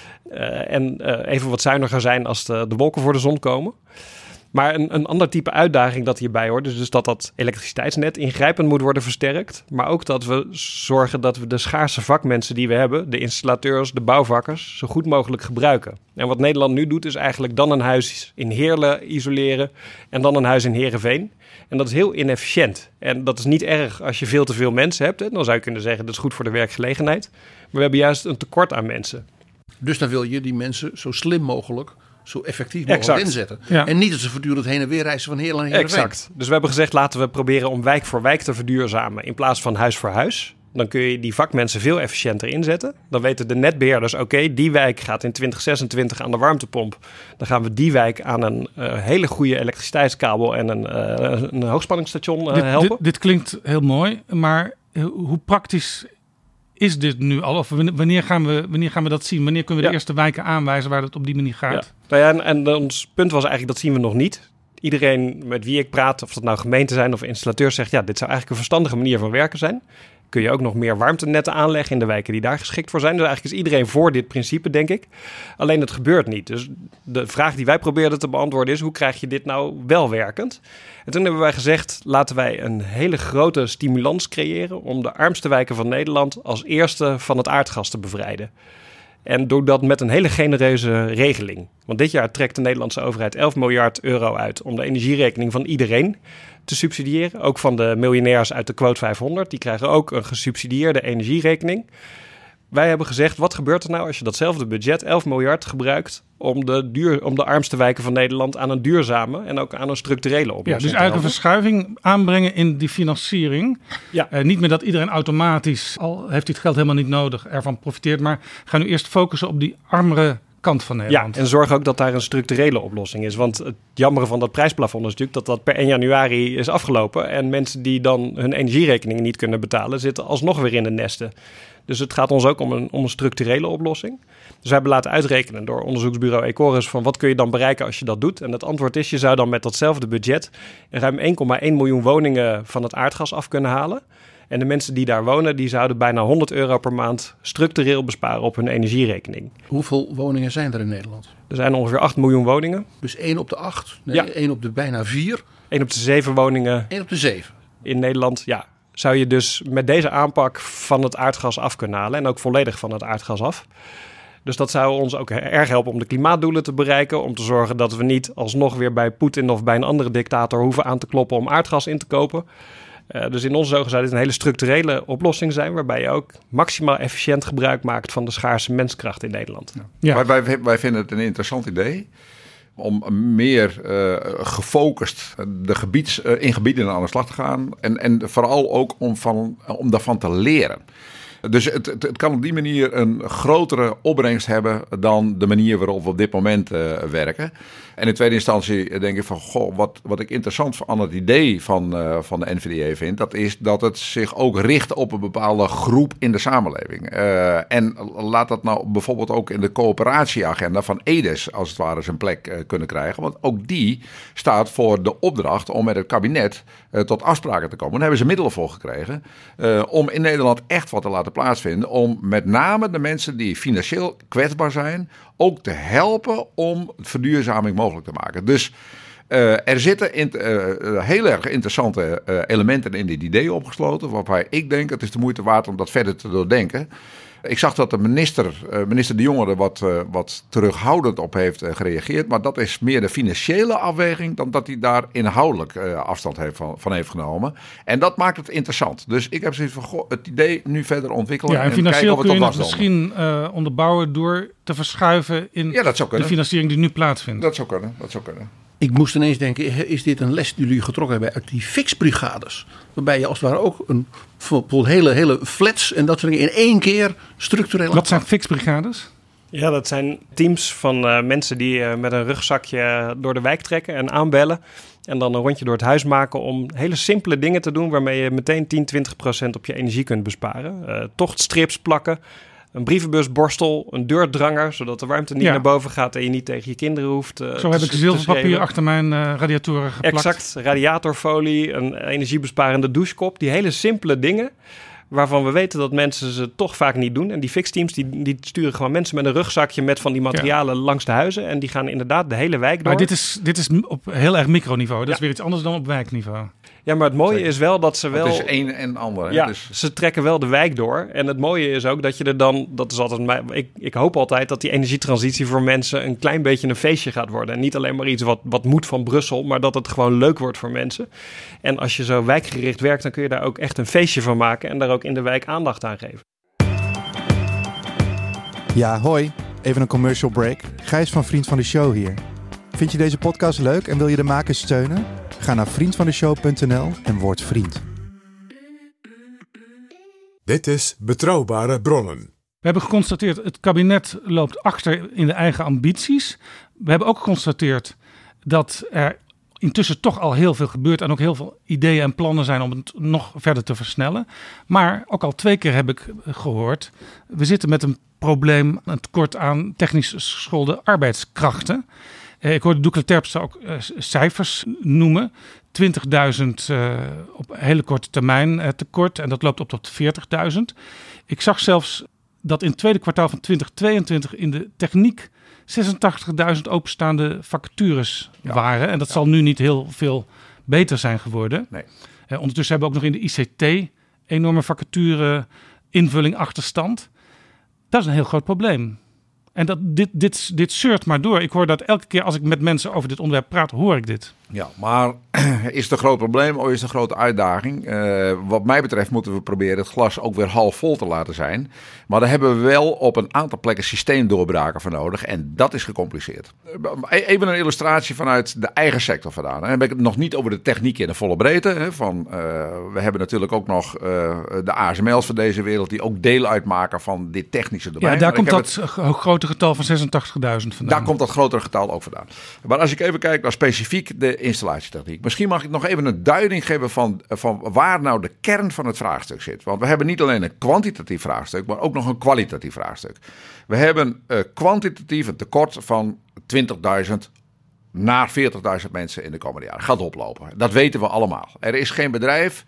En even wat zuiniger zijn als de wolken voor de zon komen. Maar een ander type uitdaging dat hierbij hoort, dus dat elektriciteitsnet ingrijpend moet worden versterkt. Maar ook dat we zorgen dat we de schaarse vakmensen die we hebben, de installateurs, de bouwvakkers, zo goed mogelijk gebruiken. En wat Nederland nu doet is eigenlijk dan een huis in Heerlen isoleren en dan een huis in Heerenveen. En dat is heel inefficiënt. En dat is niet erg als je veel te veel mensen hebt. Hè? Dan zou je kunnen zeggen dat is goed voor de werkgelegenheid. Maar we hebben juist een tekort aan mensen. Dus dan wil je die mensen zo slim mogelijk, zo effectief mogelijk inzetten. Ja. En niet dat ze voortdurend heen en weer reizen van Heerlen naar Heerenveen. Exact. Dus we hebben gezegd, laten we proberen om wijk voor wijk te verduurzamen in plaats van huis voor huis. Dan kun je die vakmensen veel efficiënter inzetten. Dan weten de netbeheerders, oké, die wijk gaat in 2026 aan de warmtepomp. Dan gaan we die wijk aan een hele goede elektriciteitskabel en een hoogspanningsstation helpen. Dit klinkt heel mooi, maar hoe praktisch is dit nu al? Of wanneer gaan we dat zien? Wanneer kunnen we de eerste wijken aanwijzen waar het op die manier gaat? Ja. Nou ja, en ons punt was eigenlijk, dat zien we nog niet. Iedereen met wie ik praat, of dat nou gemeenten zijn of installateurs, zegt ja, dit zou eigenlijk een verstandige manier van werken zijn. Kun je ook nog meer warmtenetten aanleggen in de wijken die daar geschikt voor zijn. Dus eigenlijk is iedereen voor dit principe, denk ik. Alleen het gebeurt niet. Dus de vraag die wij probeerden te beantwoorden is, hoe krijg je dit nou wel werkend? En toen hebben wij gezegd, laten wij een hele grote stimulans creëren om de armste wijken van Nederland als eerste van het aardgas te bevrijden. En doe dat met een hele genereuze regeling. Want dit jaar trekt de Nederlandse overheid 11 miljard euro uit om de energierekening van iedereen te subsidiëren. Ook van de miljonairs uit de quote 500. Die krijgen ook een gesubsidieerde energierekening. Wij hebben gezegd, wat gebeurt er nou als je datzelfde budget, 11 miljard, gebruikt om de armste wijken van Nederland aan een duurzame en ook aan een structurele oplossing dus eigenlijk een verschuiving aanbrengen in die financiering. Ja. Niet meer dat iedereen automatisch, al heeft hij het geld helemaal niet nodig, ervan profiteert. Maar ga nu eerst focussen op die armere kant van Nederland. Ja, en zorg ook dat daar een structurele oplossing is. Want het jammere van dat prijsplafond is natuurlijk dat per 1 januari is afgelopen. En mensen die dan hun energierekening niet kunnen betalen, zitten alsnog weer in de nesten. Dus het gaat ons ook om een structurele oplossing. Dus we hebben laten uitrekenen door onderzoeksbureau Ecorus van wat kun je dan bereiken als je dat doet. En het antwoord is, je zou dan met datzelfde budget ruim 1,1 miljoen woningen van het aardgas af kunnen halen. En de mensen die daar wonen, die zouden bijna €100 per maand structureel besparen op hun energierekening. Hoeveel woningen zijn er in Nederland? Er zijn ongeveer 8 miljoen woningen. Dus 1 op de 8? Nee, Ja. 1 op de bijna 4? 1 op de 7 woningen 1 op de 7? in Nederland, zou je dus met deze aanpak van het aardgas af kunnen halen. En ook volledig van het aardgas af. Dus dat zou ons ook erg helpen om de klimaatdoelen te bereiken. Om te zorgen dat we niet alsnog weer bij Poetin of bij een andere dictator hoeven aan te kloppen om aardgas in te kopen. Dus in onze ogen zou dit een hele structurele oplossing zijn, waarbij je ook maximaal efficiënt gebruik maakt van de schaarse menskracht in Nederland. Ja. Wij vinden het een interessant idee om meer gefocust in gebieden aan de slag te gaan. En vooral ook om daarvan te leren. Dus het kan op die manier een grotere opbrengst hebben dan de manier waarop we op dit moment werken. En in tweede instantie denk ik van, wat ik interessant aan het idee van de NVDA vind, dat is dat het zich ook richt op een bepaalde groep in de samenleving. En laat dat nou bijvoorbeeld ook in de coöperatieagenda van EDES als het ware zijn plek kunnen krijgen. Want ook die staat voor de opdracht om met het kabinet tot afspraken te komen. Daar hebben ze middelen voor gekregen om in Nederland echt wat te laten plaatsvinden. Om met name de mensen die financieel kwetsbaar zijn ook te helpen om verduurzaming mogelijk te maken. Dus er zitten heel erg interessante elementen in dit idee opgesloten, waarbij ik denk het is de moeite waard om dat verder te doordenken. Ik zag dat de minister De Jonge er wat terughoudend op heeft gereageerd. Maar dat is meer de financiële afweging dan dat hij daar inhoudelijk afstand van heeft genomen. En dat maakt het interessant. Dus ik heb zoiets van het idee nu verder ontwikkelen. Ja, en financieel kijken kun je of het misschien onderbouwen door te verschuiven in de financiering die nu plaatsvindt. Dat zou kunnen. Ik moest ineens denken, is dit een les die jullie getrokken hebben uit die fixbrigades? Waarbij je als het ware ook bijvoorbeeld hele flats en dat soort dingen in één keer structureel... Wat zijn fixbrigades? Ja, dat zijn teams van mensen die met een rugzakje door de wijk trekken en aanbellen. En dan een rondje door het huis maken om hele simpele dingen te doen waarmee je meteen 10-20% op je energie kunt besparen. Tochtstrips plakken. Een brievenbusborstel, een deurdranger, zodat de warmte niet naar boven gaat en je niet tegen je kinderen hoeft Zo heb ik zilverpapier achter mijn radiatoren geplakt. Exact, radiatorfolie, een energiebesparende douchekop. Die hele simpele dingen waarvan we weten dat mensen ze toch vaak niet doen. En die fixteams die sturen gewoon mensen met een rugzakje met van die materialen langs de huizen. En die gaan inderdaad de hele wijk door. Maar dit is op heel erg microniveau. Dat is weer iets anders dan op wijkniveau. Ja, maar het mooie is wel dat ze wel... Het is een en ander. Ja, dus... ze trekken wel de wijk door. En het mooie is ook dat je er dan... Dat is altijd ik hoop altijd dat die energietransitie voor mensen een klein beetje een feestje gaat worden. En niet alleen maar iets wat moet van Brussel, maar dat het gewoon leuk wordt voor mensen. En als je zo wijkgericht werkt, dan kun je daar ook echt een feestje van maken en daar ook in de wijk aandacht aan geven. Ja, hoi. Even een commercial break. Gijs van Vriend van de Show hier. Vind je deze podcast leuk en wil je de makers steunen? Ga naar vriendvandeshow.nl en word vriend. Dit is Betrouwbare Bronnen. We hebben geconstateerd, het kabinet loopt achter in de eigen ambities. We hebben ook geconstateerd dat er intussen toch al heel veel gebeurt en ook heel veel ideeën en plannen zijn om het nog verder te versnellen. Maar ook al 2 keer heb ik gehoord, we zitten met een probleem, een tekort aan technisch geschoolde arbeidskrachten. Ik hoorde Doekle Terpstra ook cijfers noemen. 20.000 op hele korte termijn tekort en dat loopt op tot 40.000. Ik zag zelfs dat in het tweede kwartaal van 2022 in de techniek 86.000 openstaande vacatures waren. En dat zal nu niet heel veel beter zijn geworden. Nee. Ondertussen hebben we ook nog in de ICT enorme vacature invulling achterstand. Dat is een heel groot probleem. En dit zeurt maar door. Ik hoor dat elke keer als ik met mensen over dit onderwerp praat, hoor ik dit. Ja, maar is het een groot probleem of is het een grote uitdaging? Wat mij betreft moeten we proberen het glas ook weer half vol te laten zijn. Maar daar hebben we wel op een aantal plekken systeemdoorbraken voor nodig. En dat is gecompliceerd. Even een illustratie vanuit de eigen sector vandaan. Dan heb ik het nog niet over de techniek in de volle breedte. We hebben natuurlijk ook nog de ASML's van deze wereld die ook deel uitmaken van dit technische domein. Ja, daar komt dat grote getal van 86.000 vandaan. Daar komt dat grotere getal ook vandaan. Maar als ik even kijk naar specifiek de installatietechniek. Misschien mag ik nog even een duiding geven van waar nou de kern van het vraagstuk zit. Want we hebben niet alleen een kwantitatief vraagstuk, maar ook nog een kwalitatief vraagstuk. We hebben kwantitatief een tekort van 20.000 naar 40.000 mensen in de komende jaren. Gaat oplopen. Dat weten we allemaal. Er is geen bedrijf,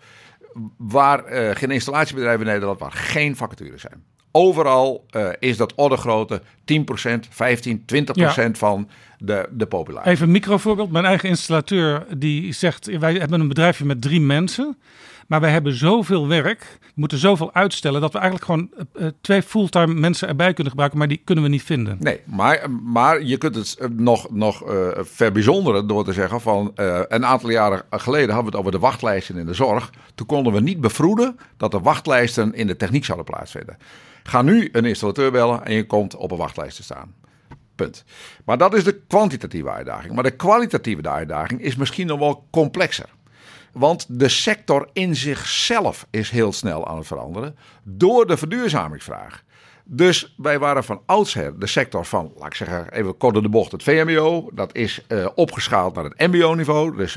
geen installatiebedrijf in Nederland waar geen vacatures zijn. Overal is dat ordegrootte 10%, 15, 20% van de populatie. Even een microvoorbeeld. Mijn eigen installateur die zegt, wij hebben een bedrijfje met 3 mensen. Maar wij hebben zoveel werk, we moeten zoveel uitstellen, dat we eigenlijk gewoon 2 fulltime mensen erbij kunnen gebruiken, maar die kunnen we niet vinden. Nee, maar je kunt het nog verbijzonderen door te zeggen van een aantal jaren geleden hadden we het over de wachtlijsten in de zorg. Toen konden we niet bevroeden dat de wachtlijsten in de techniek zouden plaatsvinden. Ga nu een installateur bellen en je komt op een wachtlijst te staan. Punt. Maar dat is de kwantitatieve uitdaging. Maar de kwalitatieve uitdaging is misschien nog wel complexer. Want de sector in zichzelf is heel snel aan het veranderen door de verduurzamingsvraag. Dus wij waren van oudsher de sector van, laat ik zeggen, even kort door de bocht, het VMBO. Dat is opgeschaald naar het MBO-niveau. Dus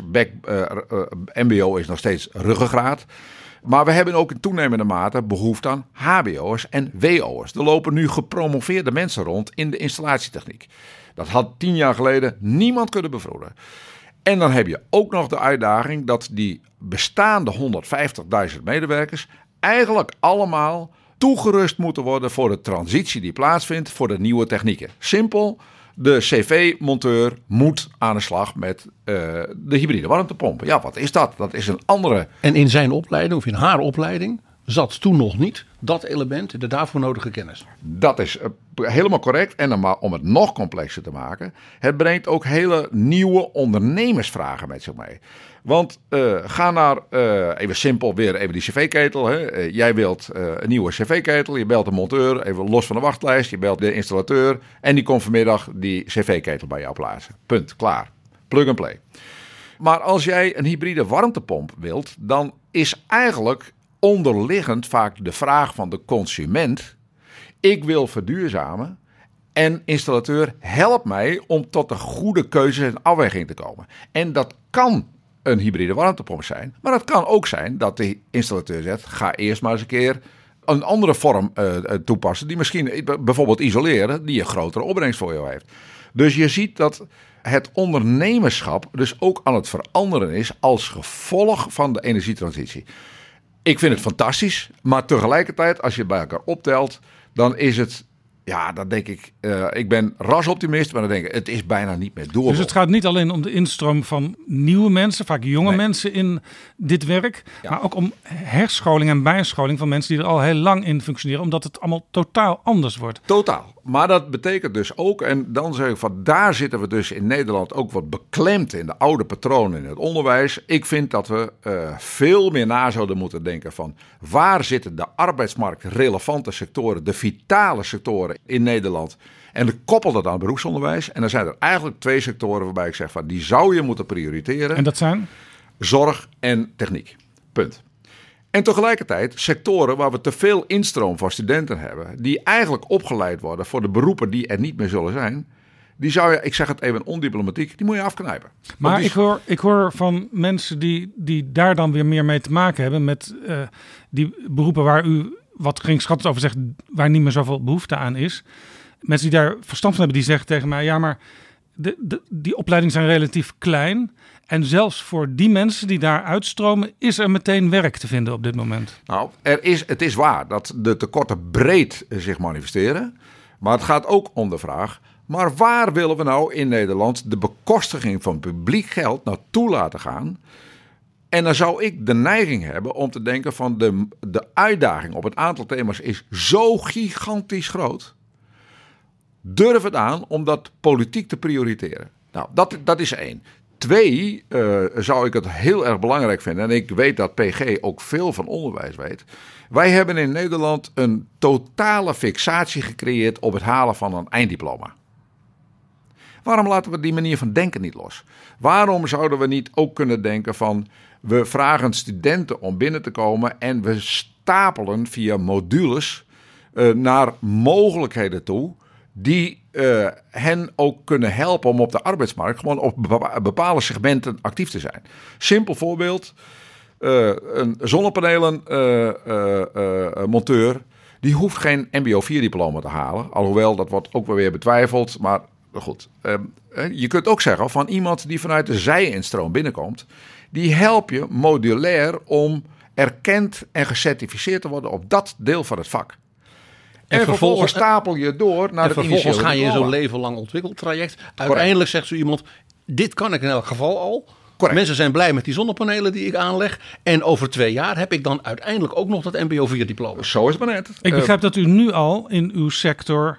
MBO is nog steeds ruggengraat. Maar we hebben ook in toenemende mate behoefte aan HBO'ers en WO'ers. Er lopen nu gepromoveerde mensen rond in de installatietechniek. Dat had 10 jaar geleden niemand kunnen bevroeden. En dan heb je ook nog de uitdaging dat die bestaande 150.000 medewerkers eigenlijk allemaal toegerust moeten worden voor de transitie die plaatsvindt voor de nieuwe technieken. Simpel, de CV-monteur moet aan de slag met de hybride warmtepompen. Ja, wat is dat? Dat is een andere... En in zijn opleiding of in haar opleiding zat toen nog niet dat element, de daarvoor nodige kennis. Dat is helemaal correct. En dan maar om het nog complexer te maken, het brengt ook hele nieuwe ondernemersvragen met zich mee. Want ga naar, even simpel, weer even die cv-ketel. Hè. Jij wilt een nieuwe cv-ketel, je belt de monteur, even los van de wachtlijst, je belt de installateur en die komt vanmiddag die cv-ketel bij jou plaatsen. Punt, klaar. Plug and play. Maar als jij een hybride warmtepomp wilt, dan is eigenlijk onderliggend vaak de vraag van de consument: ik wil verduurzamen en installateur, help mij om tot de goede keuzes en afweging te komen. En dat kan een hybride warmtepomp zijn, maar het kan ook zijn dat de installateur zegt: ga eerst maar eens een keer een andere vorm toepassen die misschien bijvoorbeeld isoleren, die een grotere opbrengst voor jou heeft. Dus je ziet dat het ondernemerschap dus ook aan het veranderen is als gevolg van de energietransitie. Ik vind het fantastisch, maar tegelijkertijd, als je het bij elkaar optelt, dan is het, ja, dan denk ik ben rasoptimist, maar dan denk ik, het is bijna niet meer doorgaan. Dus het gaat niet alleen om de instroom van nieuwe mensen, vaak jonge mensen in dit werk, maar ook om herscholing en bijscholing van mensen die er al heel lang in functioneren, omdat het allemaal totaal anders wordt. Totaal. Maar dat betekent dus ook, en dan zeg ik van daar zitten we dus in Nederland ook wat beklemd in de oude patronen in het onderwijs. Ik vind dat we veel meer na zouden moeten denken van waar zitten de arbeidsmarktrelevante sectoren, de vitale sectoren in Nederland. En ik koppel dat aan het beroepsonderwijs. En dan zijn er eigenlijk 2 sectoren waarbij ik zeg van die zou je moeten prioriteren. En dat zijn? Zorg en techniek. Punt. En tegelijkertijd sectoren waar we te veel instroom van studenten hebben, die eigenlijk opgeleid worden voor de beroepen die er niet meer zullen zijn, die zou je, ik zeg het even ondiplomatiek, die moet je afknijpen. Maar ik hoor van mensen die daar dan weer meer mee te maken hebben met die beroepen waar u wat geringschattend over zegt, waar niet meer zoveel behoefte aan is. Mensen die daar verstand van hebben, die zeggen tegen mij, ja, maar die opleidingen zijn relatief klein. En zelfs voor die mensen die daar uitstromen, is er meteen werk te vinden op dit moment. Nou, het is waar dat de tekorten breed zich manifesteren. Maar het gaat ook om de vraag, maar waar willen we nou in Nederland de bekostiging van publiek geld naartoe laten gaan? En dan zou ik de neiging hebben om te denken van de uitdaging op het aantal thema's is zo gigantisch groot. Durf het aan om dat politiek te prioriteren. Nou, dat is 1. 2, zou ik het heel erg belangrijk vinden. En ik weet dat PG ook veel van onderwijs weet. Wij hebben in Nederland een totale fixatie gecreëerd op het halen van een einddiploma. Waarom laten we die manier van denken niet los? Waarom zouden we niet ook kunnen denken van... we vragen studenten om binnen te komen en we stapelen via modules naar mogelijkheden toe... die hen ook kunnen helpen om op de arbeidsmarkt... gewoon op bepaalde segmenten actief te zijn. Simpel voorbeeld, een zonnepanelenmonteur... die hoeft geen MBO-4-diploma te halen. Alhoewel, dat wordt ook wel weer betwijfeld, maar... Goed, je kunt ook zeggen van iemand die vanuit de zij-instroom binnenkomt, die help je modulair om erkend en gecertificeerd te worden op dat deel van het vak. En vervolgens stapel je door naar het initiële vervolgens ga je in diploma. zo'n leven lang ontwikkeltraject. Uiteindelijk zegt zo iemand, dit kan ik in elk geval al. Correct. Mensen zijn blij met die zonnepanelen die ik aanleg. En over 2 jaar heb ik dan uiteindelijk ook nog dat MBO-4-diploma. Zo is het maar net. Ik begrijp dat u nu al in uw sector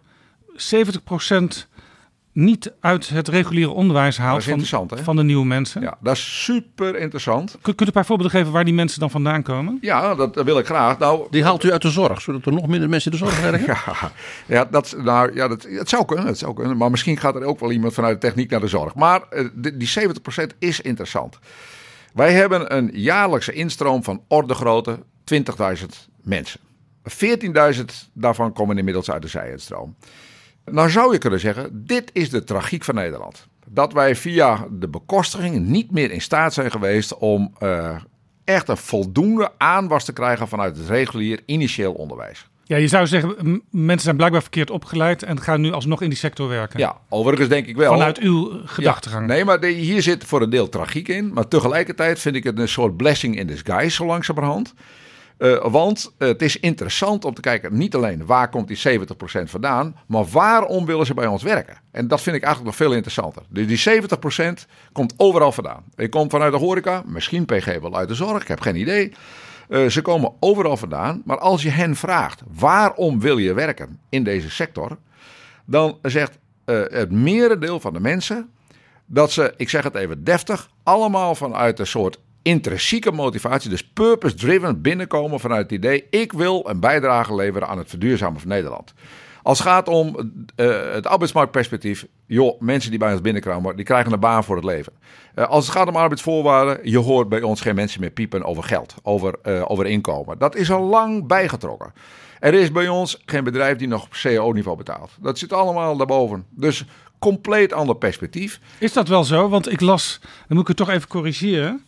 70% niet uit het reguliere onderwijs haalt van de nieuwe mensen. Ja, dat is super interessant. Kunt u een paar voorbeelden geven waar die mensen dan vandaan komen? Ja, dat wil ik graag. Nou, Die haalt u uit de zorg, zodat er nog minder mensen in de zorg werken? het zou kunnen. Het zou kunnen. Maar misschien gaat er ook wel iemand vanuit de techniek naar de zorg. Maar die 70% is interessant. Wij hebben een jaarlijkse instroom van ordegrootte 20.000 mensen. 14.000 daarvan komen inmiddels uit de zij-instroom. Nou zou je kunnen zeggen, dit is de tragiek van Nederland. Dat wij via de bekostiging niet meer in staat zijn geweest om echt een voldoende aanwas te krijgen vanuit het regulier initieel onderwijs. Ja, je zou zeggen, mensen zijn blijkbaar verkeerd opgeleid en gaan nu alsnog in die sector werken. Ja, overigens denk ik wel. Vanuit uw gedachtegang. Ja, nee, maar hier zit voor een deel tragiek in. Maar tegelijkertijd vind ik het een soort blessing in disguise zo langzamerhand. Want het is interessant om te kijken, niet alleen waar komt die 70% vandaan, maar waarom willen ze bij ons werken? En dat vind ik eigenlijk nog veel interessanter. Dus die 70% komt overal vandaan. Je komt vanuit de horeca, misschien PG wel uit de zorg, ik heb geen idee. Ze komen overal vandaan, maar als je hen vraagt, waarom wil je werken in deze sector? Dan zegt het merendeel van de mensen dat ze, ik zeg het even deftig, allemaal vanuit een soort intrinsieke motivatie, dus purpose-driven binnenkomen vanuit het idee, ik wil een bijdrage leveren aan het verduurzamen van Nederland. Als het gaat om het arbeidsmarktperspectief, joh, mensen die bij ons binnenkomen, die krijgen een baan voor het leven. Als het gaat om arbeidsvoorwaarden, je hoort bij ons geen mensen meer piepen over geld, over inkomen. Dat is al lang bijgetrokken. Er is bij ons geen bedrijf die nog op CEO-niveau betaalt. Dat zit allemaal daarboven. Dus compleet ander perspectief. Is dat wel zo? Want ik las, dan moet ik het toch even corrigeren.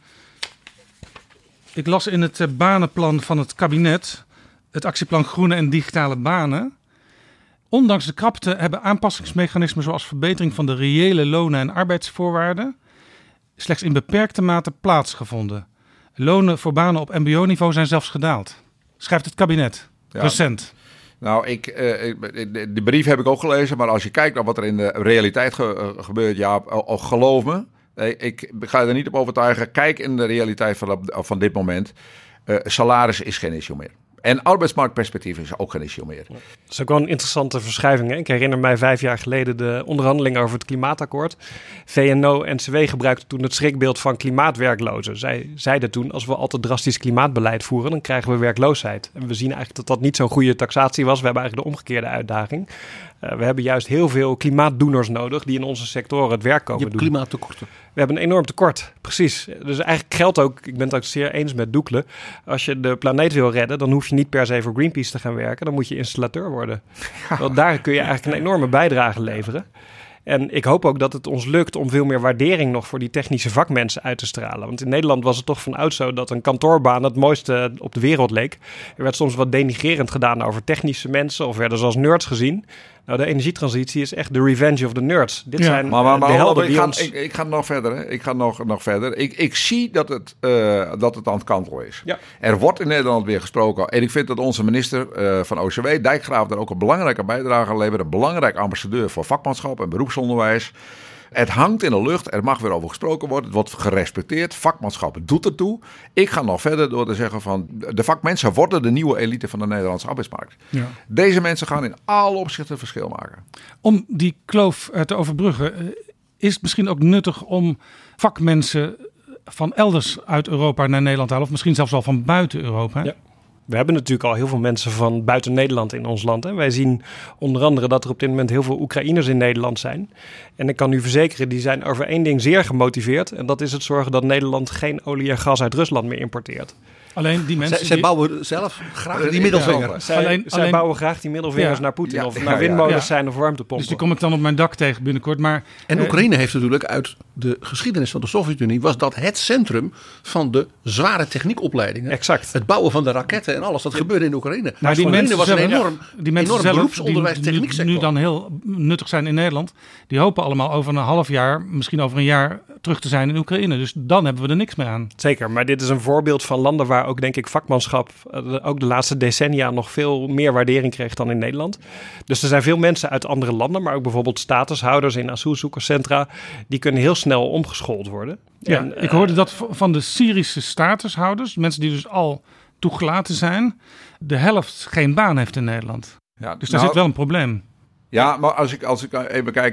Ik las in het banenplan van het kabinet, het actieplan Groene en Digitale Banen. Ondanks de krapte hebben aanpassingsmechanismen zoals verbetering van de reële lonen en arbeidsvoorwaarden slechts in beperkte mate plaatsgevonden. Lonen voor banen op mbo-niveau zijn zelfs gedaald. Schrijft het kabinet. Ja. Recent. Nou, de brief heb ik ook gelezen, maar als je kijkt naar wat er in de realiteit gebeurt, ja, geloof me. Ik ga er niet op overtuigen. Kijk in de realiteit van dit moment. Salaris is geen issue meer. En arbeidsmarktperspectief is ook geen issue meer. Dat is ook wel een interessante verschuiving. Hè? Ik herinner mij 5 jaar geleden de onderhandelingen over het klimaatakkoord. VNO-NCW gebruikte toen het schrikbeeld van klimaatwerklozen. Zij zeiden toen, als we al te drastisch klimaatbeleid voeren, dan krijgen we werkloosheid. En we zien eigenlijk dat dat niet zo'n goede taxatie was. We hebben eigenlijk de omgekeerde uitdaging. We hebben juist heel veel klimaatdoeners nodig die in onze sectoren het werk komen doen. Je hebt klimaattekorten. We hebben een enorm tekort, precies. Dus eigenlijk geldt ook, ik ben het ook zeer eens met Doekle, als je de planeet wil redden, dan hoef je niet per se voor Greenpeace te gaan werken. Dan moet je installateur worden. Want daar kun je eigenlijk een enorme bijdrage leveren. En ik hoop ook dat het ons lukt om veel meer waardering nog voor die technische vakmensen uit te stralen. Want in Nederland was het toch van oud zo dat een kantoorbaan het mooiste op de wereld leek. Er werd soms wat denigrerend gedaan over technische mensen of werden ze als nerds gezien. Nou, de energietransitie is echt de revenge of the nerds. Dit zijn de helden die ons... Ik ga nog verder. Hè. Ik ga nog verder. Ik zie dat het aan het kantelen is. Ja. Er wordt in Nederland weer gesproken. En ik vind dat onze minister van OCW, Dijkgraaf, daar ook een belangrijke bijdrage aan levert. Een belangrijk ambassadeur voor vakmanschap en beroepsonderwijs. Het hangt in de lucht. Er mag weer over gesproken worden. Het wordt gerespecteerd. Vakmanschap doet ertoe. Ik ga nog verder door te zeggen van de vakmensen worden de nieuwe elite van de Nederlandse arbeidsmarkt. Ja. Deze mensen gaan in alle opzichten verschil maken. Om die kloof te overbruggen, is het misschien ook nuttig om vakmensen van elders uit Europa naar Nederland te halen, of misschien zelfs al van buiten Europa? Ja. We hebben natuurlijk al heel veel mensen van buiten Nederland in ons land. Hè. Wij zien onder andere dat er op dit moment heel veel Oekraïners in Nederland zijn. En ik kan u verzekeren, die zijn over één ding zeer gemotiveerd. En dat is het zorgen dat Nederland geen olie en gas uit Rusland meer importeert. Alleen die mensen... Zij bouwen zelf graag die middelvinger. Zij bouwen graag die middelvingers naar Poetin. Of naar windmolens zijn of warmtepompen. Dus die kom ik dan op mijn dak tegen binnenkort. Maar, en Oekraïne heeft natuurlijk uit de geschiedenis van de Sovjet-Unie... was dat het centrum van de zware techniekopleidingen. Exact. Het bouwen van de raketten en alles. Dat gebeurde in Oekraïne. Maar die mensen was een enorm beroepsonderwijs technieksector. Die nu dan heel nuttig zijn in Nederland. Die hopen allemaal over een half jaar, misschien over een jaar terug te zijn in Oekraïne. Dus dan hebben we er niks meer aan. Zeker, maar dit is een voorbeeld van landen waar ook denk ik vakmanschap ook de laatste decennia nog veel meer waardering kreeg dan in Nederland. Dus er zijn veel mensen uit andere landen, maar ook bijvoorbeeld statushouders in asielzoekerscentra, die kunnen heel snel omgeschoold worden. Ja, en, ik hoorde dat van de Syrische statushouders, mensen die dus al toegelaten zijn, de helft geen baan heeft in Nederland. Ja, dus daar zit wel een probleem. Ja, maar als ik even kijk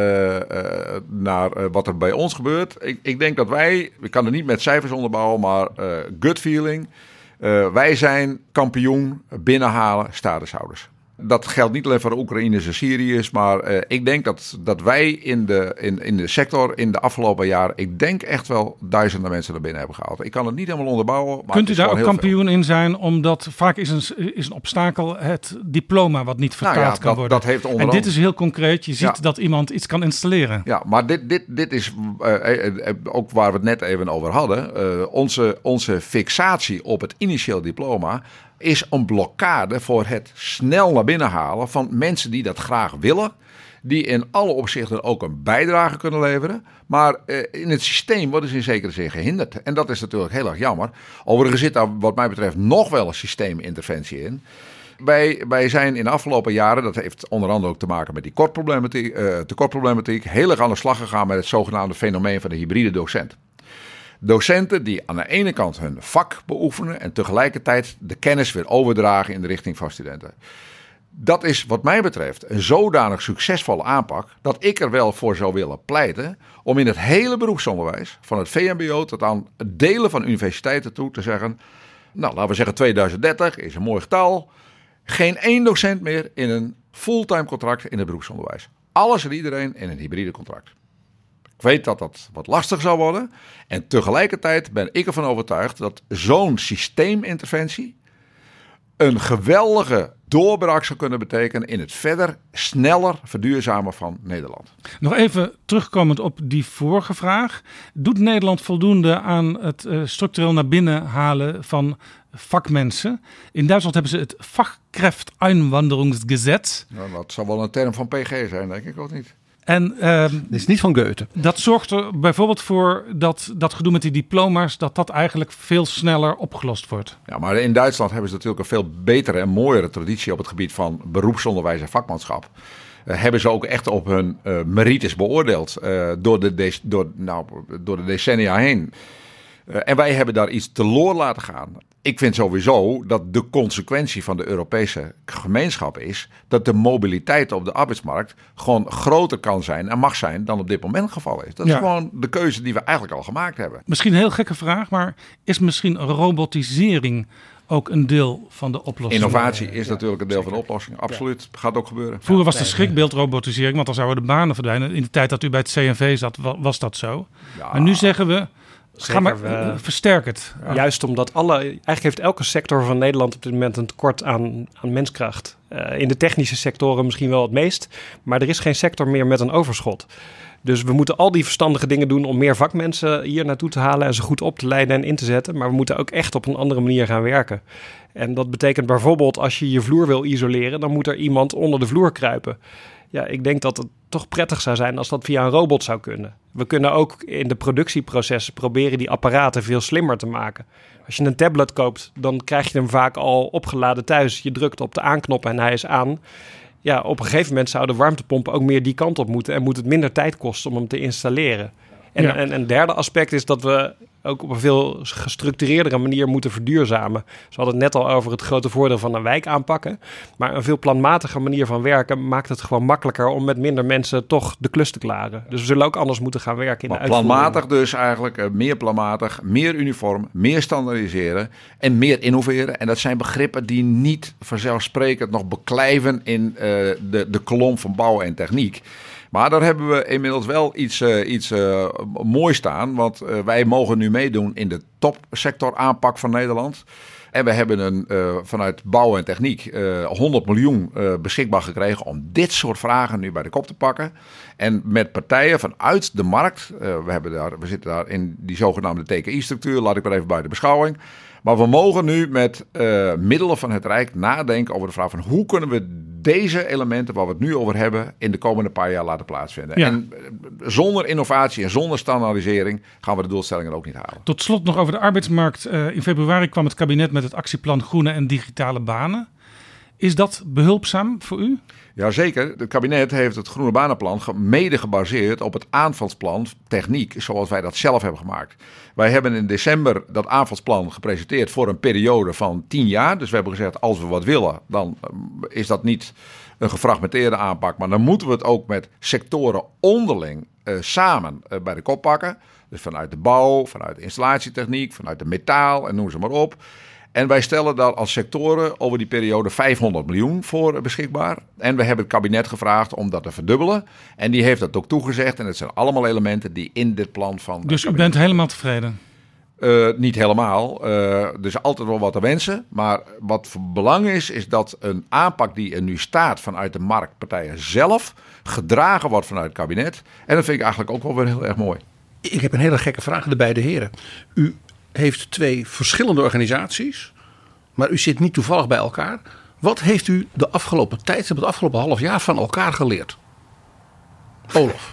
naar wat er bij ons gebeurt. Ik denk dat ik kan het niet met cijfers onderbouwen, maar gut feeling. Wij zijn kampioen binnenhalen statushouders. Dat geldt niet alleen voor de Oekraïners en Syriërs, maar ik denk dat wij in de sector in de afgelopen jaren, ik denk echt wel duizenden mensen naar binnen hebben gehaald. Ik kan het niet helemaal onderbouwen. Maar kunt u daar ook kampioen in zijn, omdat vaak is een obstakel het diploma wat niet vertaald kan worden. Dat heeft en dit is heel concreet, je ziet dat iemand iets kan installeren. Ja, maar dit is ook waar we het net even over hadden. Onze fixatie op het initieel diploma is een blokkade voor het snel naar binnen halen van mensen die dat graag willen. Die in alle opzichten ook een bijdrage kunnen leveren. Maar in het systeem worden ze in zekere zin gehinderd. En dat is natuurlijk heel erg jammer. Overigens zit daar wat mij betreft nog wel een systeeminterventie in. Wij zijn in de afgelopen jaren, dat heeft onder andere ook te maken met die tekortproblematiek, heel erg aan de slag gegaan met het zogenaamde fenomeen van de hybride docent. Docenten die aan de ene kant hun vak beoefenen en tegelijkertijd de kennis weer overdragen in de richting van studenten. Dat is wat mij betreft een zodanig succesvolle aanpak dat ik er wel voor zou willen pleiten om in het hele beroepsonderwijs, van het VMBO tot aan delen van universiteiten toe te zeggen, nou laten we zeggen 2030 is een mooi getal, geen één docent meer in een fulltime contract in het beroepsonderwijs. Alles en iedereen in een hybride contract. Ik weet dat dat wat lastig zou worden. En tegelijkertijd ben ik ervan overtuigd dat zo'n systeeminterventie een geweldige doorbraak zou kunnen betekenen in het verder sneller verduurzamen van Nederland. Nog even terugkomend op die vorige vraag. Doet Nederland voldoende aan het structureel naar binnen halen van vakmensen? In Duitsland hebben ze het Fachkräfteeinwanderungsgesetz. Nou, dat zal wel een term van PG zijn, denk ik, of niet? En dit is niet van Goethe. Dat zorgt er bijvoorbeeld voor dat gedoe met die diploma's, dat eigenlijk veel sneller opgelost wordt. Ja, maar in Duitsland hebben ze natuurlijk een veel betere en mooiere traditie op het gebied van beroepsonderwijs en vakmanschap. Hebben ze ook echt op hun merites beoordeeld door de decennia heen. En wij hebben daar iets teloor laten gaan. Ik vind sowieso dat de consequentie van de Europese gemeenschap is dat de mobiliteit op de arbeidsmarkt gewoon groter kan zijn en mag zijn dan op dit moment het geval is. Dat is gewoon de keuze die we eigenlijk al gemaakt hebben. Misschien een heel gekke vraag, maar is misschien robotisering ook een deel van de oplossing? Innovatie is natuurlijk een deel van de oplossing. Absoluut, gaat ook gebeuren. Vroeger was de schrikbeeld robotisering, want dan zouden de banen verdwijnen. In de tijd dat u bij het CNV zat, was dat zo. Ja. Maar nu zeggen we, ga maar, versterk het. Juist omdat eigenlijk heeft elke sector van Nederland op dit moment een tekort aan menskracht. In de technische sectoren misschien wel het meest, maar er is geen sector meer met een overschot. Dus we moeten al die verstandige dingen doen om meer vakmensen hier naartoe te halen en ze goed op te leiden en in te zetten. Maar we moeten ook echt op een andere manier gaan werken. En dat betekent bijvoorbeeld als je je vloer wil isoleren, dan moet er iemand onder de vloer kruipen. Ja, ik denk dat het toch prettig zou zijn als dat via een robot zou kunnen. We kunnen ook in de productieprocessen proberen die apparaten veel slimmer te maken. Als je een tablet koopt, dan krijg je hem vaak al opgeladen thuis. Je drukt op de aanknop en hij is aan. Ja, op een gegeven moment zouden warmtepompen ook meer die kant op moeten en moet het minder tijd kosten om hem te installeren. En een derde aspect is dat we ook op een veel gestructureerdere manier moeten verduurzamen. Ze hadden het net al over het grote voordeel van een wijk aanpakken. Maar een veel planmatige manier van werken maakt het gewoon makkelijker om met minder mensen toch de klus te klaren. Dus we zullen ook anders moeten gaan werken in de uitvoering. Planmatig dus eigenlijk, meer planmatig, meer uniform, meer standaardiseren en meer innoveren. En dat zijn begrippen die niet vanzelfsprekend nog beklijven in de kolom van bouw en techniek. Maar daar hebben we inmiddels wel iets moois staan. Want wij mogen nu meedoen in de topsector aanpak van Nederland. En we hebben vanuit bouw en techniek 100 miljoen beschikbaar gekregen om dit soort vragen nu bij de kop te pakken. En met partijen vanuit de markt, we zitten daar in die zogenaamde TKI-structuur, laat ik maar even buiten beschouwing. Maar we mogen nu met middelen van het Rijk nadenken over de vraag van hoe kunnen we deze elementen waar we het nu over hebben in de komende paar jaar laten plaatsvinden. Ja. En zonder innovatie en zonder standaardisering gaan we de doelstellingen ook niet halen. Tot slot nog over de arbeidsmarkt. In februari kwam het kabinet met het actieplan Groene en Digitale Banen. Is dat behulpzaam voor u? Jazeker. Het kabinet heeft het Groene Banenplan mede gebaseerd op het aanvalsplan techniek, zoals wij dat zelf hebben gemaakt. Wij hebben in december dat aanvalsplan gepresenteerd voor een periode van 10 jaar. Dus we hebben gezegd, als we wat willen, dan is dat niet een gefragmenteerde aanpak. Maar dan moeten we het ook met sectoren onderling samen bij de kop pakken. Dus vanuit de bouw, vanuit de installatietechniek, vanuit de metaal en noem ze maar op. En wij stellen daar als sectoren over die periode 500 miljoen voor beschikbaar. En we hebben het kabinet gevraagd om dat te verdubbelen. En die heeft dat ook toegezegd. En het zijn allemaal elementen die in dit plan van... Dus u bent helemaal tevreden? Niet helemaal. Er is altijd wel wat te wensen. Maar wat van belang is dat een aanpak die er nu staat vanuit de marktpartijen zelf gedragen wordt vanuit het kabinet. En dat vind ik eigenlijk ook wel weer heel erg mooi. Ik heb een hele gekke vraag aan de beide heren. U heeft 2 verschillende organisaties, maar u zit niet toevallig bij elkaar. Wat heeft u de afgelopen tijd, het afgelopen half jaar van elkaar geleerd? Olaf.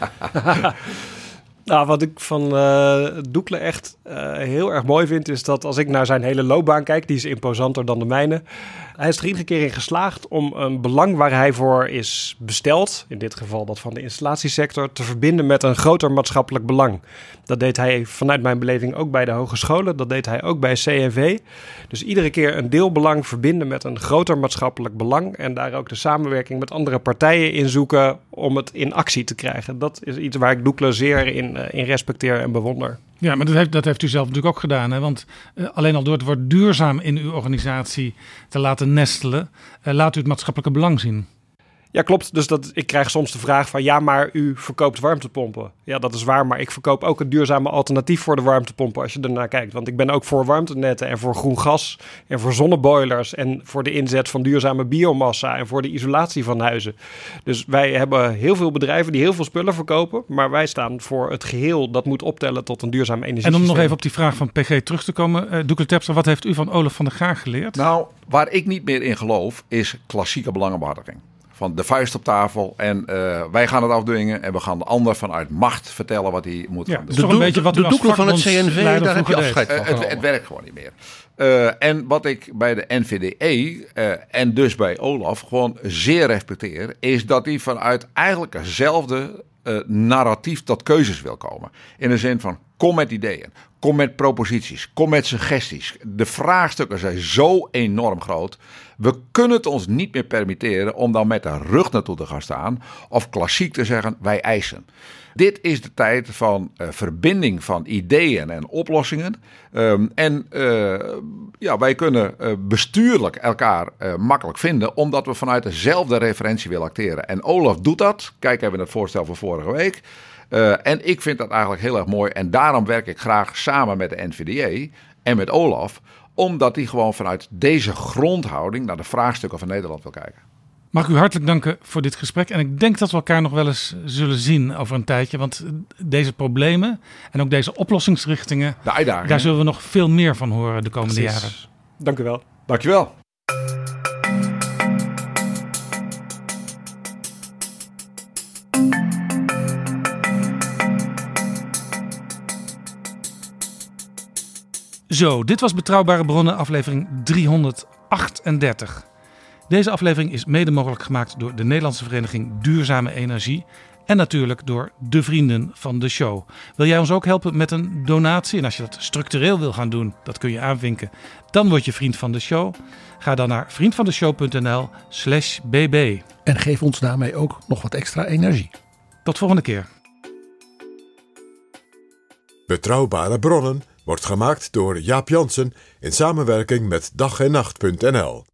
Nou, wat ik van Doekle echt heel erg mooi vind, is dat als ik naar zijn hele loopbaan kijk, die is imposanter dan de mijne. Hij is er iedere keer in geslaagd om een belang waar hij voor is besteld, in dit geval dat van de installatiesector, te verbinden met een groter maatschappelijk belang. Dat deed hij vanuit mijn beleving ook bij de hogescholen, dat deed hij ook bij CNV. Dus iedere keer een deelbelang verbinden met een groter maatschappelijk belang en daar ook de samenwerking met andere partijen in zoeken om het in actie te krijgen. Dat is iets waar ik Doekle zeer in respecteer en bewonder. Ja, maar dat heeft u zelf natuurlijk ook gedaan. Hè? Want alleen al door het woord duurzaam in uw organisatie te laten nestelen, laat u het maatschappelijke belang zien. Ja, klopt. Dus ik krijg soms de vraag van ja, maar u verkoopt warmtepompen. Ja, dat is waar, maar ik verkoop ook een duurzame alternatief voor de warmtepompen als je ernaar kijkt. Want ik ben ook voor warmtenetten en voor groen gas en voor zonneboilers en voor de inzet van duurzame biomassa en voor de isolatie van huizen. Dus wij hebben heel veel bedrijven die heel veel spullen verkopen, maar wij staan voor het geheel dat moet optellen tot een duurzaam energiesysteem. En om nog even op die vraag van PG terug te komen, Doekle Terpstra, wat heeft u van Olaf van der Graag geleerd? Nou, waar ik niet meer in geloof is klassieke belangenbehartiging. Van de vuist op tafel en wij gaan het afdwingen en we gaan de ander vanuit macht vertellen wat hij moet gaan doen. Dus een beetje wat de Doekle van het CNV, daar heb je afscheid van. Het werkt gewoon niet meer. En wat ik bij de NVDE en dus bij Olaf gewoon zeer respecteer, is dat hij vanuit eigenlijk hetzelfde narratief tot keuzes wil komen. In de zin van kom met ideeën, kom met proposities, kom met suggesties. De vraagstukken zijn zo enorm groot. We kunnen het ons niet meer permitteren om dan met de rug naartoe te gaan staan of klassiek te zeggen wij eisen. Dit is de tijd van verbinding van ideeën en oplossingen. Wij kunnen bestuurlijk elkaar makkelijk vinden, omdat we vanuit dezelfde referentie willen acteren. En Olaf doet dat. Kijk even naar het voorstel van vorige week. En ik vind dat eigenlijk heel erg mooi. En daarom werk ik graag samen met de NVDE en met Olaf, omdat hij gewoon vanuit deze grondhouding naar de vraagstukken van Nederland wil kijken. Mag ik u hartelijk danken voor dit gesprek. En ik denk dat we elkaar nog wel eens zullen zien over een tijdje. Want deze problemen en ook deze oplossingsrichtingen, de uitdagingen, daar zullen we nog veel meer van horen de komende jaren. Dank u wel. Dank je wel. Zo, dit was Betrouwbare Bronnen, aflevering 338. Deze aflevering is mede mogelijk gemaakt door de Nederlandse Vereniging Duurzame Energie En natuurlijk door de vrienden van de show. Wil jij ons ook helpen met een donatie? En als je dat structureel wil gaan doen, dat kun je aanvinken. Dan word je vriend van de show. Ga dan naar vriendvandeshow.nl/bb. En geef ons daarmee ook nog wat extra energie. Tot volgende keer. Betrouwbare bronnen wordt gemaakt door Jaap Jansen in samenwerking met dag-en-nacht.nl.